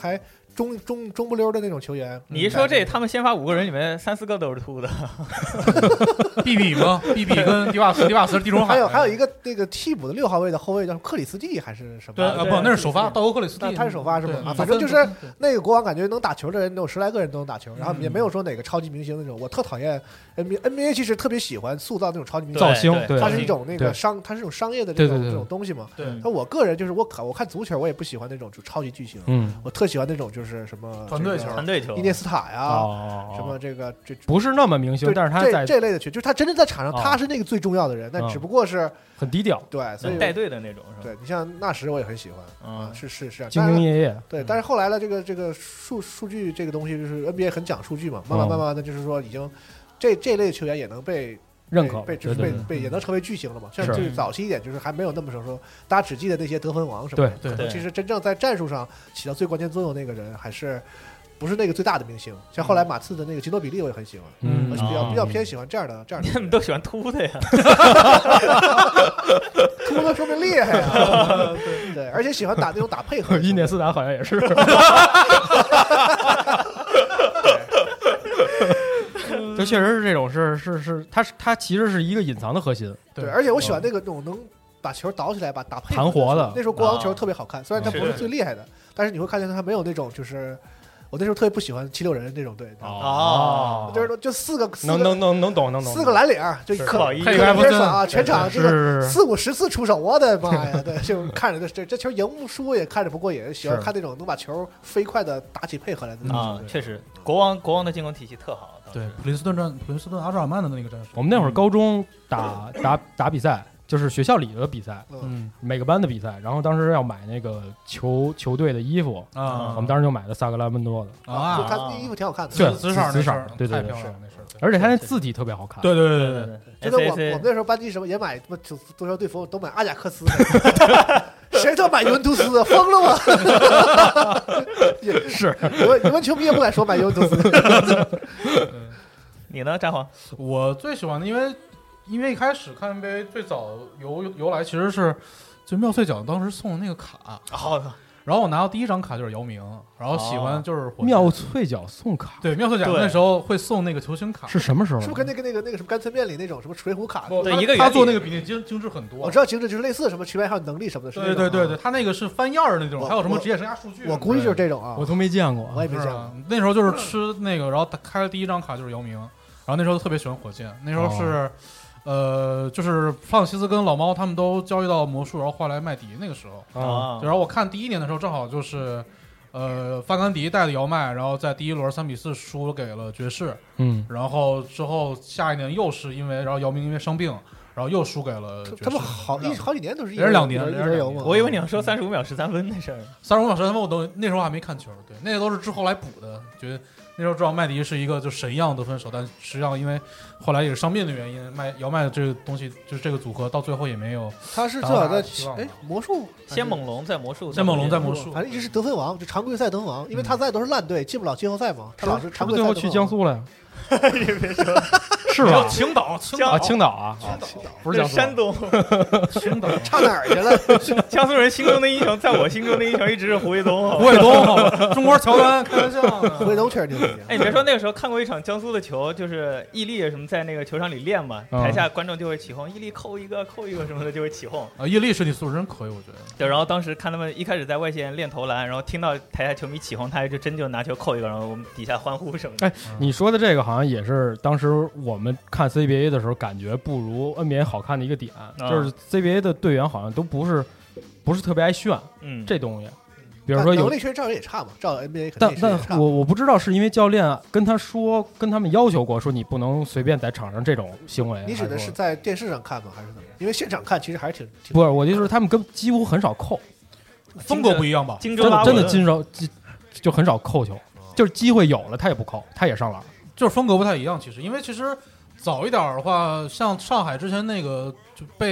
中中中不溜的那种球员。 你一说这，他们先发五个人里面三四个都是秃的。 比比吗？比比跟迪瓦斯，迪瓦斯是地中海。 还有还有一个那个替补的六号位的后卫叫克里斯蒂还是什么？ 对啊，不，那是首发，道格克里斯蒂， 他是首发是吗？啊， 嗯反正就是那个国王，感觉能打球的人有十来个人都能打球，然后也没有说哪个超级明星那种。我特讨厌 N B A N B A， 其实特别喜欢塑造那种超级明星造星，对， 它是一种那个商，它是一种商业的这种这种东西嘛。 对。 那我个人就是我看我看足球，我也不喜欢那种就超级巨星， 嗯， 我特喜欢那种就是什么团队球、 团队球， 伊涅斯塔呀， 哦， 什么这个这不是那么明星，但是他在这类的球，就是他真正在场上他是那个最重要的人，但只不过是很低调， 对，所以带队的那种。 对你像纳什，我也很喜欢啊，是是是， 兢兢业业。 对，但是后来呢，这个这个数数据这个东西，就是 N B A 很讲数据嘛，慢慢慢慢的，就是说已经这这类球员也能被认可， 被就是被被也能成为巨星了嘛。像最早期一点，就是还没有那么成熟，大家只记得那些得分王什么的。 对对，其实真正在战术上起到最关键作用那个人，还是不是那个最大的明星。像后来马刺的那个吉诺比利，我也很喜欢， 嗯， 我比较比较偏喜欢这样的这样的。 你们都喜欢秃的呀？ 秃的说明厉害啊！对，而且喜欢打那种打配合。 伊涅斯塔好像也是。这确实是这种，是是是，他是他其实是一个隐藏的核心。 对，而且我喜欢那个那种能把球倒起来，把打配弹活的。 那时候国王球特别好看，虽然他不是最厉害的，但是你会看见他没有那种就是。我那时候特别不喜欢七六人那种队哦， 就是就四个能能能能懂能懂四个蓝领就可以可别爽啊，全场这个四五十次出手，我的妈呀！对，就看着这这球赢不输也看着不过瘾，喜欢看那种能把球飞快的打起配合来的啊，确实，国王国王的进攻体系特好。 对，普林斯顿战普林斯顿阿扎尔曼的那个战术， 我们那会儿高中打打打比赛。就是学校里的比赛，嗯，每个班的比赛，然后当时要买那个球球队的衣服啊， 我们当时就买的萨格拉门多的啊，他那衣服挺好看的， 对， 紫色紫色，对对对，而且他那字体特别好看， 对对对对对，就跟我我们那时候班级什么也买什么足球队服，都买阿贾克斯，谁他妈买尤文图斯，疯了吗？ 是， 你们你们球迷也不敢说买尤文图斯。 你呢，詹皇？ 我最喜欢的，因为。因为一开始看 N B A 最早由由来其实是就妙脆角当时送的那个卡， 好、哦， 然后我拿到第一张卡就是姚明，然后喜欢就是妙脆角送卡， 对，妙脆角那时候会送那个球星卡， 是什么时候？ 是不是跟那个那个那个什么干脆面里那种什么水浒卡？ 对，一个他做那个比那精精致很多。 我知道精致就是类似什么区别还有能力什么的。 对对对对，他那个是翻页的那种，还有什么职业生涯数据。 我估计就是这种啊， 我都没见过， 我也没见过。 那时候就是吃那个，然后开了第一张卡就是姚明，然后那时候特别喜欢火箭，那时候是。呃，就是弗朗西斯跟老猫他们都交易到魔术，然后换来麦迪那个时候啊。 然后我看第一年的时候，正好就是，呃，范甘迪带的姚麦，然后在第一轮三比四输给了爵士。 嗯。 然后之后下一年又是因为，然后姚明因为伤病，然后又输给了爵士。 他们好一好几年都是一人两年， 人有嘛。 我以为你要说三十五秒十三分那事儿。 三十五秒十三分我都那时候还没看球，对，那个都是之后来补的，觉得。那时候知道麦迪是一个就神一样得分手，但实际上因为后来也是伤病的原因，麦姚麦的这个东西就是这个组合到最后也没有。 他是最早在哎魔术， 先猛龙在魔术， 先猛龙在魔术， 反正一直是得分王，就常规赛得分王，因为他在都是烂队，进不了季后赛嘛。他老是常规赛。 最后去江苏了呀？ 你别说， 是吧？ 青岛，青岛，青岛啊， 青岛不是江苏， 山东， 青岛差哪儿去了？ 江苏人心中的英雄，在我心中的英雄一直是胡卫东。 胡卫东，好吧，中国乔丹，开玩笑。 胡卫东确实牛逼。 哎，你别说，那个时候看过一场江苏的球，就是伊利什么在那个球场里练嘛，台下观众就会起哄，伊利扣一个，扣一个什么的就会起哄。 啊，伊利身体素质真可以，我觉得。 对，然后当时看他们一开始在外线练投篮，然后听到台下球迷起哄，他就真就拿球扣一个，然后我们底下欢呼什么的。 哎，你说的这个好像也是当时我们看 C B A 的时候感觉不如 N B A 好看的一个点，啊、就是 C B A 的队员好像都不是不是特别爱炫， 嗯， 这东西。比如说有能力确实照人也差嘛，照 N B A 肯定但但我我不知道是因为教练跟他说，跟他们要求过，说你不能随便在场上这种行为。 你指的是在电视上看吗？还是怎么？因为现场看其实还是挺……挺不是，我就是他们跟几乎很少扣， 风格不一样吧？ 真的真的金手就很少扣球，就是机会有了他也不扣，他也上篮， 就是风格不太一样。其实因为其实早一点的话，像上海之前那个就被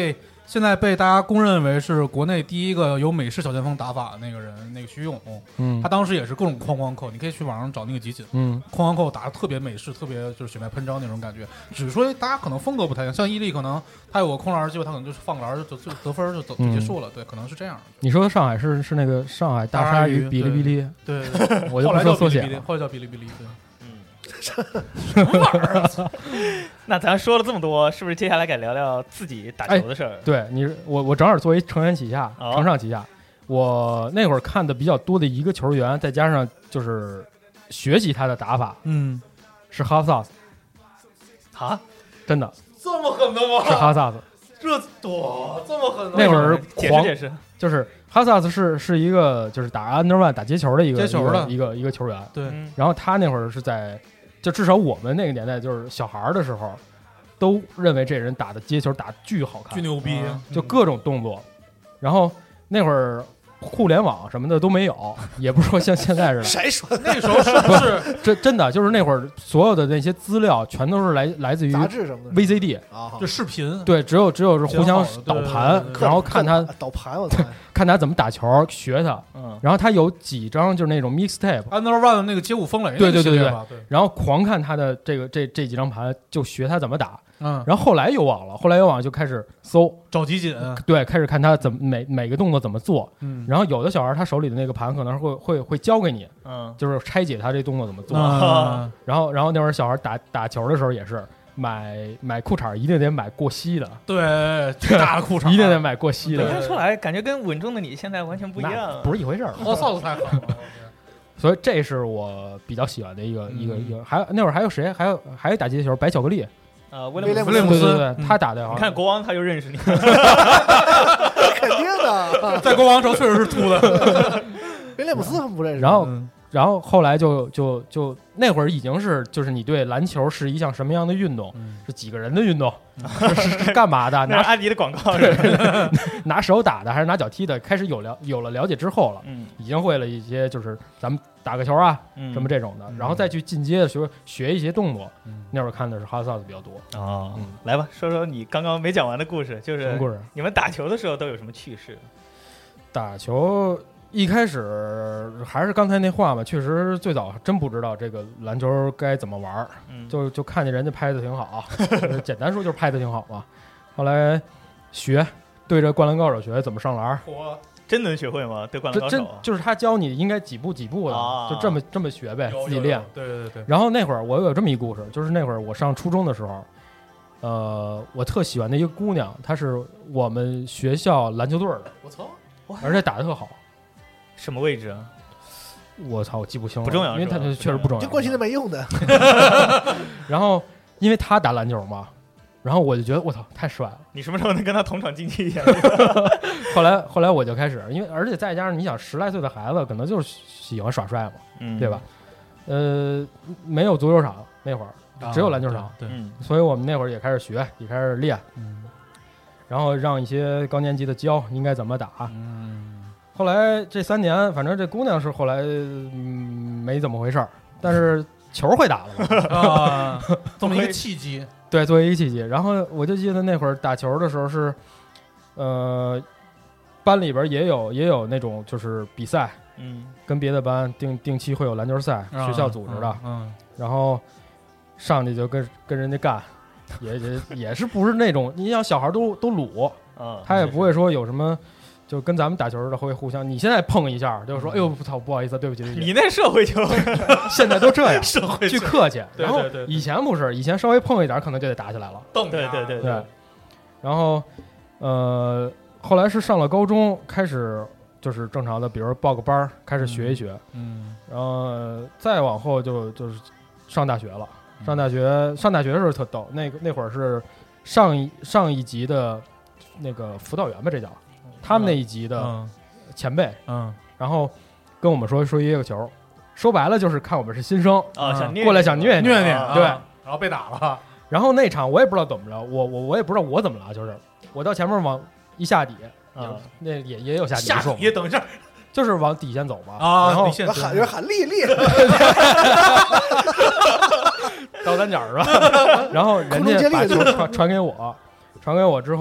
现在被大家公认为是国内第一个有美式小前锋打法的那个人，那个徐勇， 嗯， 他当时也是各种哐哐扣，你可以去网上找那个集锦， 嗯， 哐哐扣打得特别美式，特别就是血脉喷张那种感觉。只是说大家可能风格不太一样，像伊利可能他有个空篮机会，他可能就是放篮就就得分就走就结束了，对，可能是这样的。 你说的上海是是那个上海大鲨鱼哔哩哔哩， 对，对我就不说缩写了， 后来叫哔哩哔哩，对。 什么玩意儿？那咱说了这么多，是不是接下来该聊聊自己打球的事儿？ 哎、对你，我我正好作为承元旗下、 哦、 承上旗下，我那会儿看的比较多的一个球员，再加上就是学习他的打法， 嗯， 是哈萨斯。 啊， 真的这么狠的吗？ 是哈萨斯。 这多这么狠的？ 那会儿狂解释解释， 就是哈萨斯是是一个就是打 under one 打接球的一个接球的一个一个球员。 对， 然后他那会儿是在。就至少我们那个年代，就是小孩的时候，都认为这人打的接球打巨好看， 巨牛逼， 嗯、就各种动作。然后那会儿互联网什么的都没有，也不是说像现在似的。 谁说那个时候是不是这真的就是那会儿所有的那些资料全都是来来自于杂志什么的 V C D 啊， 就视频。 对，只有只有是互相导盘，然后看他导盘，我操， 看他怎么打球，学他。 嗯， 然后他有几张就是那种 mixtape，Under One 的那个街舞风雷， 对对对对对，然后狂看他的这个这这几张盘，就学他怎么打。 嗯， 然后后来有网了，后来有网就开始搜找集锦， 对，开始看他怎么每每个动作怎么做。 嗯， 然后有的小孩他手里的那个盘可能会会会教给你， 嗯， 就是拆解他这动作怎么做。 嗯、 然后然后那会儿小孩打打球的时候也是买买裤衩一定得买过膝的， 对，巨大的裤衩一定得买过膝的。 看出来感觉跟稳重的你现在完全不一样， 不是一回事儿。 薅臊子太狠了。 所以这是我比较喜欢的一个、嗯、一个一个，还有那会儿还有谁？还有还有打接球白巧克力。 呃， 威廉姆斯，对对对， 嗯、 他打的好。 啊你看国王他就认识你， 肯定的， 在国王时候确实是秃的。 威廉姆斯他们不认识。 然后，嗯、然后后来就就就那会儿已经是就是你对篮球是一项什么样的运动？嗯、是几个人的运动？嗯、是, 是干嘛的？ 拿阿迪的广告拿手打的还是拿脚踢的？开始有了有了了解之后了， 嗯， 已经会了一些就是咱们打个球啊， 嗯、 什么这种的， 嗯、 然后再去进阶的学学一些动作。 嗯、 那会儿看的是哈萨斯比较多。 哦， 嗯、 来吧，说说你刚刚没讲完的故事，就是故事你们打球的时候都有什么趣事？ 打球。一开始还是刚才那话嘛，确实最早真不知道这个篮球该怎么玩， 嗯、 就就看见人家拍的挺好，简单说就是拍的挺好嘛。后来学对着灌篮高手学怎么上篮， 真能学会吗？对灌篮高手， 真就是他教你应该几步几步的， 啊、 就这么这么学呗，自己练。 对对对。 然后那会儿我有这么一故事，就是那会儿我上初中的时候，呃，我特喜欢的一个姑娘，她是我们学校篮球队的， 我操， 而且打得特好。 什么位置啊？ 我操，我记不清了， 不重要， 因为他确实不重要， 就关心的没用的。 然后，因为他打篮球嘛，然后我就觉得我操，太帅了。 你什么时候能跟他同场竞技一下？ 后来，后来我就开始，因为而且再加上你想，十来岁的孩子可能就是喜欢耍帅嘛， 嗯， 对吧？呃，没有足球场那会儿，只有篮球场， 啊、对， 嗯， 所以我们那会儿也开始学，也开始练， 嗯， 然后让一些高年级的教应该怎么打， 嗯。 后来这三年，反正这姑娘是后来、嗯、没怎么回事儿，但是球会打了嘛啊，这么一个契机， 对，作为一个契机。然后我就记得那会儿打球的时候是，呃，班里边也有也有那种就是比赛， 嗯， 跟别的班定定期会有篮球赛， 啊、 学校组织的， 嗯，嗯然后上去就跟跟人家干，也也也是不是那种，你想小孩都都鲁， 啊， 他也不会说有什么。就跟咱们打球的会互相，你现在碰一下，就是说，哎呦，操，不好意思，对不起，对不起。 你那社会球， 现在都这样， 社会巨客气。然后对对对以前不是，以前稍微碰一点，可能就得打起来了。 瞪对对对对。然后，呃，后来是上了高中，开始就是正常的，比如说报个班，开始学一学。 嗯。 然后再往后就就是上大学了。上大学上大学的时候特逗，那个那会儿是上一上一级的那个辅导员吧，这叫。他们那一级的前辈， 嗯，嗯然后跟我们说说约个球，说白了就是看我们是新生啊，想过来想虐虐虐， 对， 然后被打了， 然后那场我也不知道怎么着，我我我也不知道我怎么了，就是我到前面往一下底， 啊， 那也也有下底下底，等一下， 就是往底线走嘛， 啊， 然后我喊就是喊丽丽， 倒三角是吧？然后人家把球传传给我，传给我之后。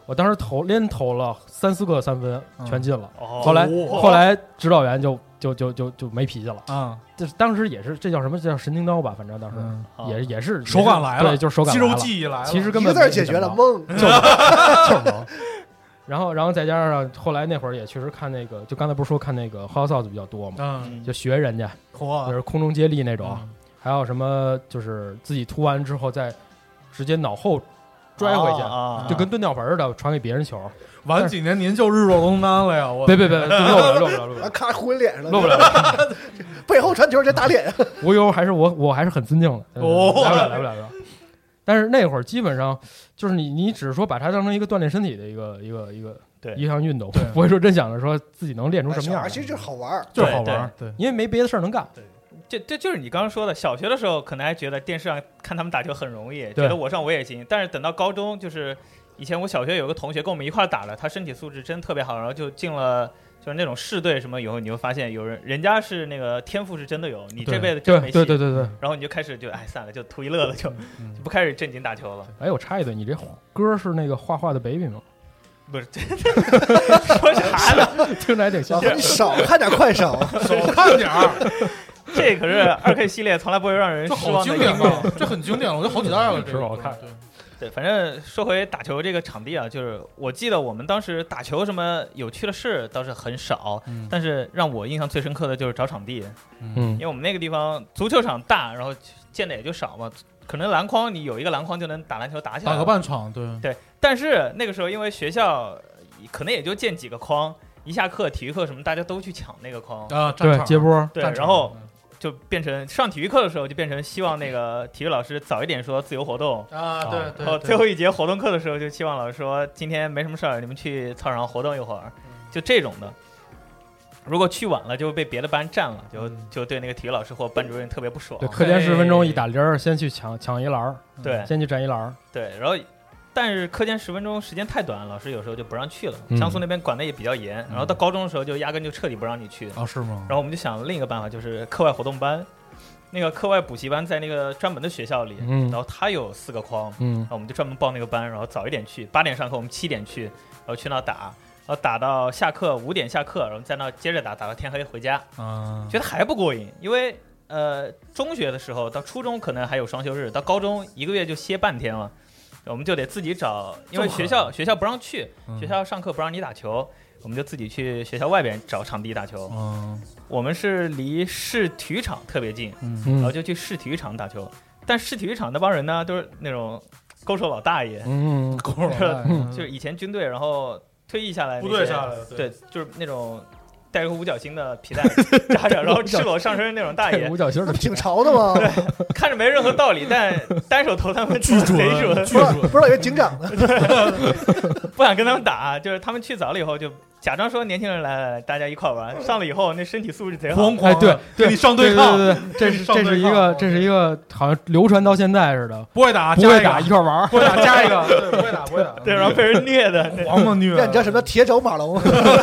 我当时投连投了三四个三分，全进了。 哦、 后来后来指导员就就就就就没脾气了啊！ 这当时也是这叫什么？这叫神经刀吧？反正当时也、嗯、也是手感来了， 对，就是手感肌肉记忆来了。 其实根本一个字解决了懵， 就是就是懵。然后然后再加上后来那会儿也确实看那个，就刚才不是说看那个 Hot Sauce 比较多嘛， 嗯， 就学人家，就是空中接力那种，嗯、还有什么就是自己突完之后再直接脑后。拽回去、 啊、 就跟蹲尿盆似的，传给别人球。 晚几年您就日落东南了呀！我别别别，落不了，落不了，落不了， 咔昏脸上了， 落不了。 背后传球这打脸， 无忧还是我，我还是很尊敬的。 哦， 来不了，来不了，来不了。但是那会儿基本上就是你，你只是说把它当成一个锻炼身体的一个一个一个对一项运动，不会说真想着说自己能练出什么样。 其实就是好玩， 就是好玩， 对， 因为没别的事儿能干。 对。这这就是你刚刚说的，小学的时候可能还觉得电视上看他们打球很容易，觉得我上我也行。但是等到高中，就是以前我小学有个同学跟我们一块打的，他身体素质真特别好，然后就进了就是那种市队什么以后，你会发现有人人家是那个天赋是真的有，你这辈子真没戏。 对对对对对。 然后你就开始就哎算了，就图一乐了，就就不开始正经打球了。 哎，我插一嘴，你这歌是那个画画的 baby 吗？ 不是，说啥呢？ 听着还挺像。 你少看点快手， 少看点儿。 这可是二 K 系列从来不会让人失望的音乐， 这很经典，我觉得好几代了， 这个好看。 对， 对，反正说回打球这个场地啊，就是我记得我们当时打球什么有趣的事倒是很少， 嗯、 但是让我印象最深刻的就是找场地， 嗯， 因为我们那个地方足球场大，然后建的也就少嘛，可能篮筐你有一个篮筐就能打篮球打起来， 打个半场，对对。但是那个时候因为学校可能也就建几个筐，一下课体育课什么大家都去抢那个筐啊， 对，接波， 对，然后。就变成上体育课的时候，就变成希望那个体育老师早一点说自由活动啊，对对。 然后最后一节活动课的时候，就希望老师说今天没什么事儿，你们去操场上活动一会儿，就这种的。如果去晚了，就会被别的班占了，就就对那个体育老师或班主任特别不爽。 对，课间十分钟一打铃儿，先去抢抢一篮， 对， 先去占一篮， 对，然后。但是课间十分钟时间太短，老师有时候就不让去了。江苏那边管的也比较严，嗯、然后到高中的时候就压根就彻底不让你去。 哦，是吗？ 然后我们就想另一个办法，就是课外活动班，那个课外补习班在那个专门的学校里， 嗯、 然后他有四个筐， 嗯， 然后我们就专门报那个班，然后早一点去，八点上课，我们七点去，然后去那打，然后打到下课五点下课，然后在那接着打，打到天黑回家。 啊， 觉得还不过瘾，因为呃中学的时候到初中可能还有双休日，到高中一个月就歇半天了。我们就得自己找，因为学校学校不让去， 嗯、 学校上课不让你打球，我们就自己去学校外边找场地打球。 嗯、 我们是离市体育场特别近， 嗯、 然后就去市体育场打球。但市体育场那帮人呢，都是那种勾手老大爷， 嗯， 勾手老大爷， 就是以前军队，然后退役下来， 部队下来的， 对，就是那种。带个五角星的皮带扎着，然后赤裸上身那种大爷， 五角星的挺潮的嘛。 对，看着没任何道理，但单手投他们巨准， 贼准， 巨准， 不知道以为警长呢。 不想跟他们打，就是他们去早了以后，就假装说年轻人来来来，大家一块玩。上了以后，那身体素质贼好， 哎，对， 对你上对抗， 对对对，这是这是一个这是一个好像流传到现在似的， 不会打， 不会打一块玩， 不会打加一个，对，不会打不会打， 对，然后被人虐的， 黄嘛虐。 那你知道什么叫铁肘马龙？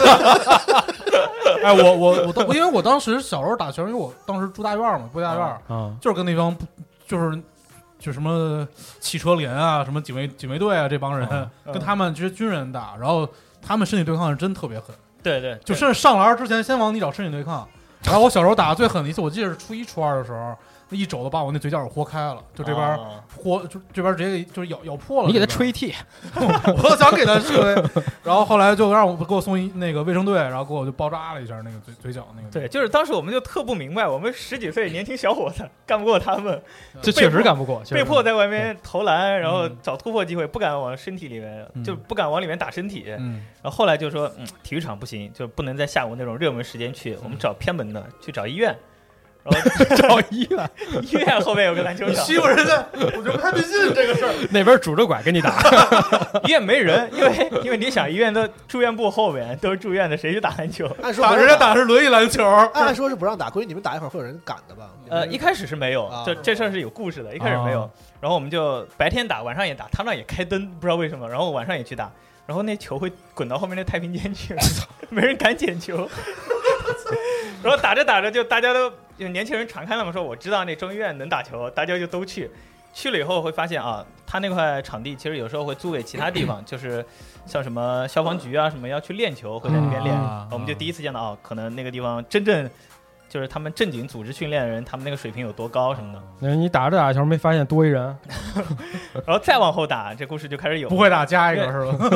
哎，我我我当，因为我当时小时候打球，因为我当时住大院嘛，部队大院， 嗯， 就是跟那帮就是就什么汽车连啊，什么警卫警卫队啊这帮人， 嗯、 跟他们这些军人打，然后他们身体对抗是真特别狠， 对对， 就甚至上篮之前先往你找身体对抗。然后我小时候打的最狠的一次，我记得是初一初二的时候，那一肘子把我那嘴角给豁开了，就这边豁，就这边直接就是咬咬破了。 你给他吹替， 我想给他吹，然后后来就让我给我送一那个卫生队，然后给我就包扎了一下那个嘴嘴角那个。 对，就是当时我们就特不明白，我们十几岁年轻小伙子干不过他们， 这确实干不过， 被迫在外面投篮，然后找突破机会，不敢往身体里面，就不敢往里面打身体。 嗯， 然后后来就说，嗯，体育场不行，就不能在下午那种热门时间去，我们找偏门的，去找医院。然后找医院， 医院后面有个篮球场。 欺负人家，我就不太对劲这个事儿。 那边拄着拐跟你打， 医院没人，因为因为你想，医院都住院部后面都是住院的，谁去打篮球？ 按说打人家打的是轮椅篮球， 按说是不让打，估计你们打一会儿会有人赶的吧？ 呃，一开始是没有，这这事儿是有故事的，一开始没有。然后我们就白天打，晚上也打，他那也开灯，不知道为什么，然后晚上也去打，然后那球会滚到后面那太平间去，没人敢捡球。然后打着打着就大家都就年轻人传开了嘛，说我知道那中医院能打球，大家就都去。 去了以后会发现啊，他那块场地其实有时候会租给其他地方，就是像什么消防局啊什么要去练球，会在那边练。 啊、 我们就第一次见到啊，可能那个地方真正就是他们正经组织训练的人，他们那个水平有多高什么的。 那你打着打球没发现多一人， 然后再往后打，这故事就开始有不会打加一个是吧？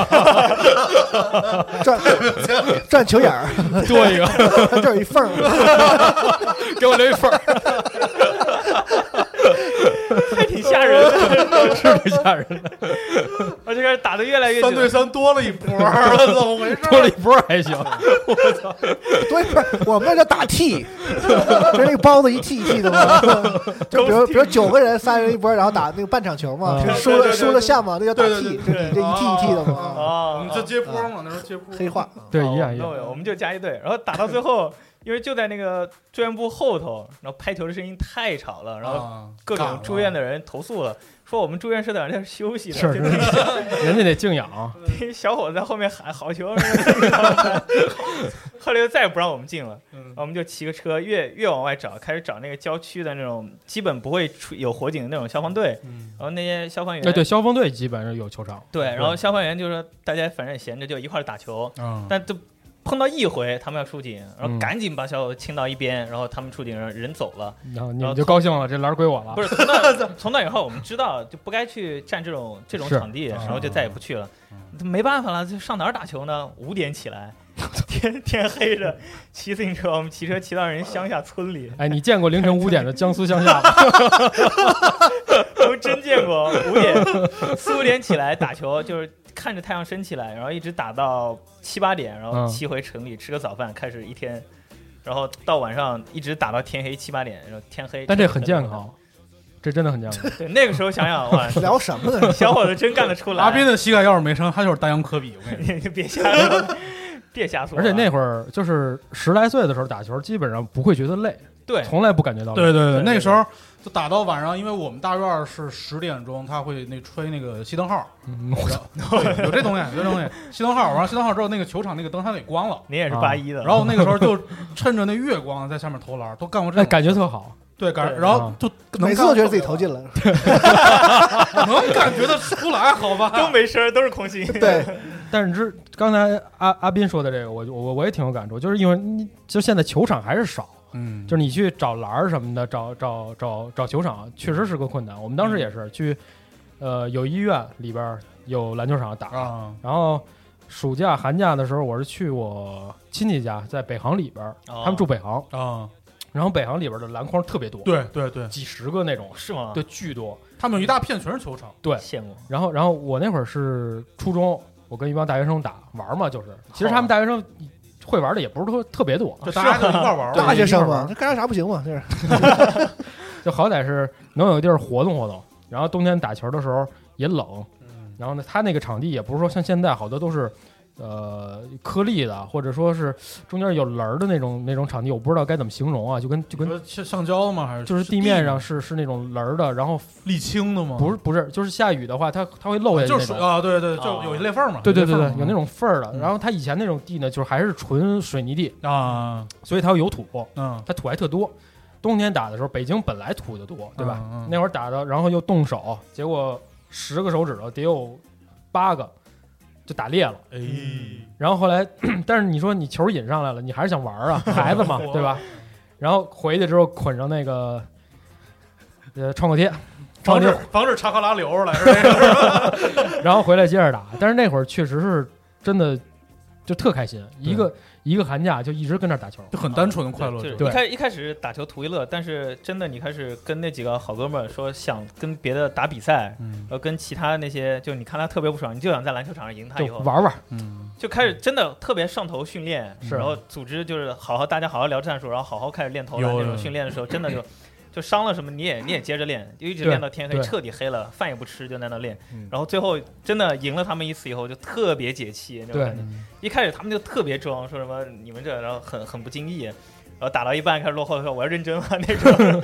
转转球眼儿， 多一个， 这有一缝儿， 给我留一缝儿， 还挺吓人的， 是挺吓人的。 而且开始打得越来越三对三多了一波，怎么回事？ 多了一波还行，我操！ 对，不是我们那叫打 T， 就是那个包子一 T 一 T 的嘛。就比如比如九个人，三人一波，然后打那个半场球嘛， 嗯、 输了输了下嘛，那叫打 T， 对就你这一 T 一 T 的嘛。 啊， 我们这接波嘛，那时候接波。 黑化， 对，一样一样。 我们就加一队，然后打到最后。因为就在那个住院部后头，然后拍球的声音太吵了，然后各种住院的人投诉了，说我们住院是在那休息的， 是人家得静养。 小伙子在后面喊好球，后来就再也不让我们进了，然后我们就骑个车越越往外找，开始找那个郊区的那种基本不会出有火警的那种消防队，然后那些消防员， 对对，消防队基本上有球场， 对，然后消防员就说大家反正闲着就一块打球， 嗯、 但都。碰到一回他们要出警，然后赶紧把小伙子清到一边，然后他们出警，人走了， 然后你们就高兴了，这篮归我了。 不是从那从那以后，我们知道就不该去占这种这种场地，然后就再也不去了。没办法了，就上哪儿打球呢？五点起来，天天黑着，骑自行车，我们骑车骑到人乡下村里。 哎，你见过凌晨五点的江苏乡下吗？ 我们真见过，五点四五点起来打球，就是看着太阳升起来，然后一直打到七八点，然后骑回城里吃个早饭，开始一天，然后到晚上一直打到天黑七八点，然后天黑。 但这很健康，这真的很健康。 对，那个时候想想哇， 聊什么呢？ 小伙子真干得出来。 阿斌的膝盖要是没伤，他就是大洋科比。我跟你说，别瞎说，别瞎说。 而且那会儿就是十来岁的时候打球，基本上不会觉得累， 对， 从来不感觉到累。 对对对，那个时候。就打到晚上，因为我们大院是十点钟，他会那吹那个熄灯号， 嗯、 对，有这东西，有这东西，熄灯号，完了熄灯号之后，那个球场那个灯它给关了。 你也是八一的， 啊、然后那个时候就趁着那月光在下面投篮，都干过这种， 哎，感觉特好。 对，感然后就每次都觉得自己投进了， 能感觉得出来，好吧？ 都没声，都是空心。 对， 但是这刚才阿阿斌说的这个，我我我也挺有感触，就是因为你就现在球场还是少。 嗯， 就是你去找篮什么的，找找找找球场，确实是个困难。我们当时也是去，呃，有医院里边有篮球场打， 啊、 然后暑假寒假的时候，我是去我亲戚家，在北航里边， 哦、 他们住北航啊， 然后北航里边的篮筐特别多， 对对对， 几十个那种， 是吗？ 对，巨多， 他们有一大片全是球场， 对， 羡慕。 然后然后我那会儿是初中，我跟一帮大学生打玩嘛，就是，其实他们大学生。会玩的也不是特特别多， 就大家都一块玩。 大学生嘛，这干啥不行嘛？就是， 就好歹是能有地儿活动活动。然后冬天打球的时候也冷，然后呢，他那个场地也不是说像现在好多都是，呃，颗粒的，或者说是中间有棱儿的那种那种场地，我不知道该怎么形容啊，就跟就跟橡胶吗？还是就是地面上是是那种棱儿的，然后沥青的吗？ 不是不是，就是下雨的话，它它会漏下去就是啊，对对，就有裂缝嘛。 对对对对，有那种缝儿的。然后它以前那种地呢，就是还是纯水泥地啊， 所以它有土， 嗯， 它土还特多。冬天打的时候，北京本来土就多，对吧？那会儿打的，然后又动手，结果十个手指头得有八个。就打裂了， 哎， 然后后来，但是你说你球引上来了，你还是想玩啊，孩子嘛，对吧？然后回去之后捆上那个呃创可贴， 防止防止插科拉流来着， 然后回来接着打。但是那会儿确实是真的就特开心，一个一个寒假就一直跟那打球， 就很单纯的快乐。 对，一开一开始打球图一乐，但是真的你开始跟那几个好哥们儿说想跟别的打比赛， 嗯， 然后跟其他那些就你看他特别不爽，你就想在篮球场上赢他以后玩玩， 嗯， 就开始真的特别上头训练， 是， 然后组织就是好好大家好好聊战术，然后好好开始练投篮那种训练的时候，真的就。就伤了什么你也你也接着练，就一直练到天黑，彻底黑了，饭也不吃就在那练，然后最后真的赢了他们一次以后就特别解气那种感觉。一开始他们就特别装，说什么你们这，然后很很不经意，然后打到一半开始落后的时候我要认真了那种，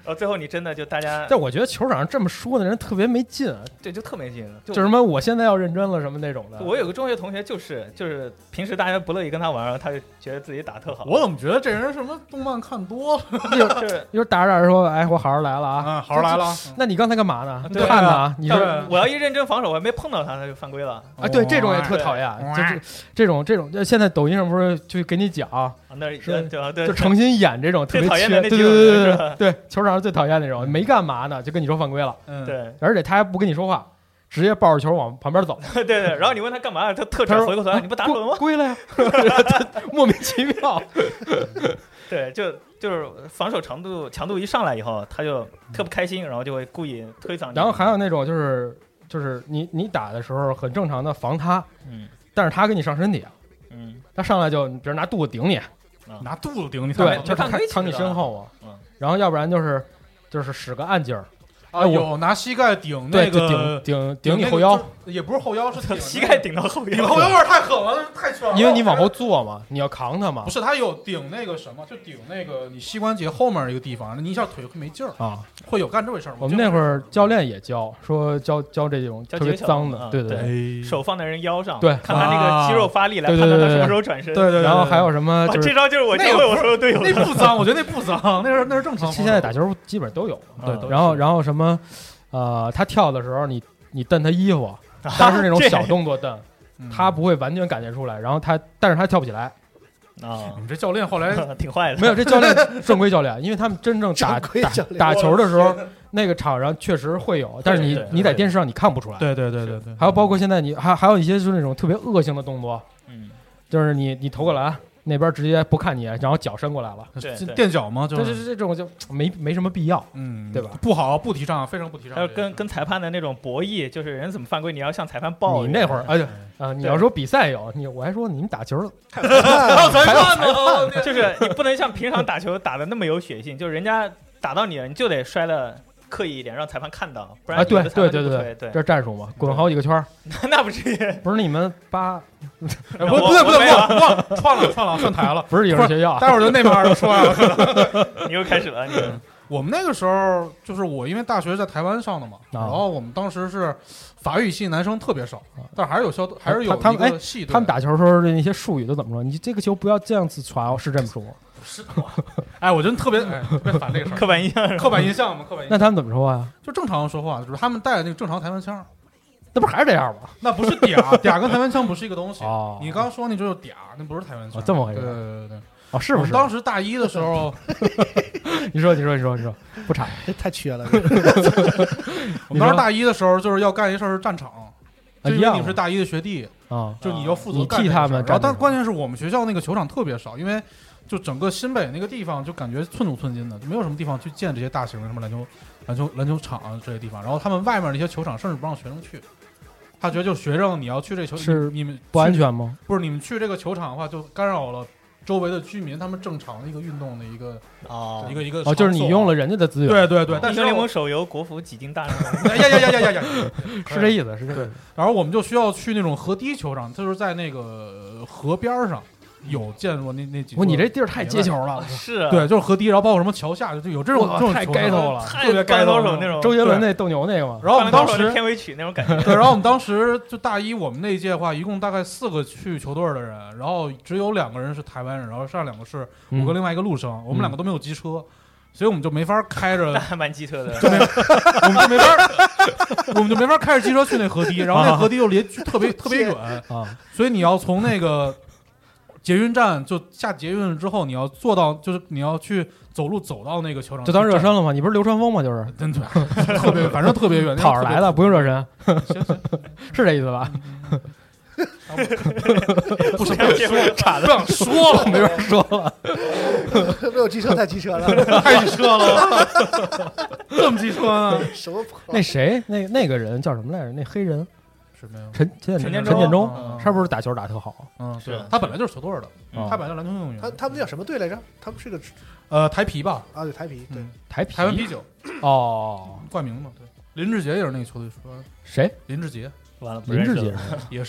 然后最后你真的就大家， 但我觉得球场上这么说的人特别没劲， 对，就特没劲，就就什么我现在要认真了什么那种的。 我有个中学同学就是就是平时大家不乐意跟他玩，然后他就觉得自己打特好。 我怎么觉得这人什么动漫看多了？ 就是一会儿打着打着说，哎，我好好来了啊， 啊，好好来了啊。 那你刚才干嘛呢？ 对看呢？你说我要一认真防守，我还没碰到他，他就犯规了啊？对，这种也特讨厌，就是这种这种。现在抖音上不是就给你讲， 啊，那对对， 就诚心演这种特别缺，对对对对对对，球场上最讨厌那种，没干嘛呢，就跟你说犯规了， 对， 而且他还不跟你说话。直接抱着球往旁边走， 对对，然后你问他干嘛，他特转回过头来，你不打手了吗？ 归了呀，莫名其妙。 对，就就是防守强度强度一上来以后，他就特不开心，然后就会故意推搡你。 然后还有那种就是就是你你打的时候很正常的防他， 嗯， 但是他跟你上身体， 嗯， 他上来就比如拿肚子顶你， 拿肚子顶你， 对，就他藏你身后啊， 嗯， 然后要不然就是就是使个暗劲儿。 啊，有拿膝盖顶那个顶顶顶你后腰， 也不是后腰，是顶膝盖顶到后腰， 顶后腰有点太狠了，太全了。 因为你往后坐嘛，你要扛它嘛。 不是，他有顶那个什么，就顶那个你膝关节后面一个地方，你一下腿会没劲儿啊， 会有干这回事儿吗？ 我们那会儿教练也教，说教教这种特别脏的，对对对，手放在人腰上， 对， 看他那个肌肉发力来判断他什么时候转身， 对对。然后还有什么？ 这招就是我教会我所有队友， 那不脏，我觉得那不脏，那是那是正常。 现在打球基本上都有，对。然后然后什么？呃，他跳的时候，你你蹬他衣服，但是那种小动作蹬，他不会完全感觉出来。然后他，但是他跳不起来。 啊， 你这教练后来挺坏的。 没有，这教练正规教练，因为他们真正打打打球的时候，那个场上确实会有，但是你你在电视上你看不出来。 对对对对对。 还有包括现在你还还有一些就是那种特别恶性的动作， 嗯， 就是你你投个篮。那边直接不看你，然后脚伸过来了， 垫脚吗？就这这这种就没没什么必要， 嗯， 对吧？ 不好，不提倡，非常不提倡。 还有跟跟裁判的那种博弈，就是人怎么犯规，你要向裁判报。 你那会儿，哎呀，啊，你要说比赛有，你我还说你们打球还有裁判呢， 就是你不能像平常打球打的那么有血性，就是人家打到你了，你就得摔的刻意一点，让裁判看到，不然啊，对对对对对， 这是战术嘛，滚好几个圈那不至于， 不是你们八。 不不对不对不忘串了串了上台了， 不是影视学校， 待会儿就那边就说了， 你又开始了。你我们那个时候就是我，因为大学在台湾上的嘛，然后我们当时是法语系男生特别少，但还是有消，还是有一个系。 他们打球时候的那些术语都怎么说？你这个球不要这样子传，是这么说？ 是，哎，我真的特别哎特别烦这个事儿， 刻板印象， 刻板印象嘛，刻板印象。 那他们怎么说话呀？ 就正常说话，就是他们带那个正常台湾腔。 那不还是这样吗？ 那不是嗲，嗲跟台湾腔不是一个东西。哦，你刚刚说那就是嗲，那不是台湾腔。 哦，这么回事。 对对对对。 哦，是不是？ 当时大一的时候， 你说你说你说你说，不差， 这太缺了。 我们当时大一的时候就是要干一事儿，是战场。就因为你们是大一的学弟啊， 就你要负责干替他们。 然后，但关键是我们学校那个球场特别少，因为就整个新北那个地方就感觉寸土寸金的，就没有什么地方去建这些大型的什么篮球、篮球、篮球场啊这些地方。然后他们外面那些球场甚至不让学生去。他觉得就学生你要去这球是你们不安全吗？ 不是，你们去这个球场的话，就干扰了周围的居民他们正常的一个运动的一个哦一个一个哦，就是你用了人家的资源。 对对对，但是联盟手游国服几斤大肉？ 呀呀呀呀呀呀！ 是这意思，是这意思。 然后我们就需要去那种河堤球场，就是在那个河边上。有见过那那几？ 不，你这地儿太接球了。 是， 对，就是河堤，然后包括什么桥下，就有这种这种太街头了， 特别街头那种。 周杰伦那斗牛那个嘛。 然后我们当时片尾曲那种感觉。 对，然后我们当时就大一，我们那一届的话，一共大概四个去球队的人，然后只有两个人是台湾人，然后剩下两个是我跟另外一个陆生，我们两个都没有机车。所以我们就没法开着， 还蛮机车的， 就没，我们就没法，我们就没法开着机车去那河堤，然后那河堤又离特别特别远啊，所以你要从那个捷运站就下捷运之后，你要坐到，就是你要去走路走到那个球场， 就当热身了吗？你不是流川枫吗？就是真的特别，反正特别远， 跑着来的，不用热身， 行行， 是这意思吧？ 不是说岔的，不想说了， 没法说了。 没有机车太机车了， 太机车了，这么机车呢？ 什么？ 那谁，那那个人叫什么来着？那黑人什么呀？ 陈陈陈陈建州， 嗯、 他不是打球打特好？ 嗯，是他本来就是球队的， 嗯、 他本来就是篮球运动员。 他他们叫什么队来着？他们是个呃台啤吧？ 啊，对台啤，对、 嗯、 台啤台湾啤酒哦， 冠名嘛。对，林志杰也是那个球队说。 谁？ 林志杰。 完了， 林志杰， 野兽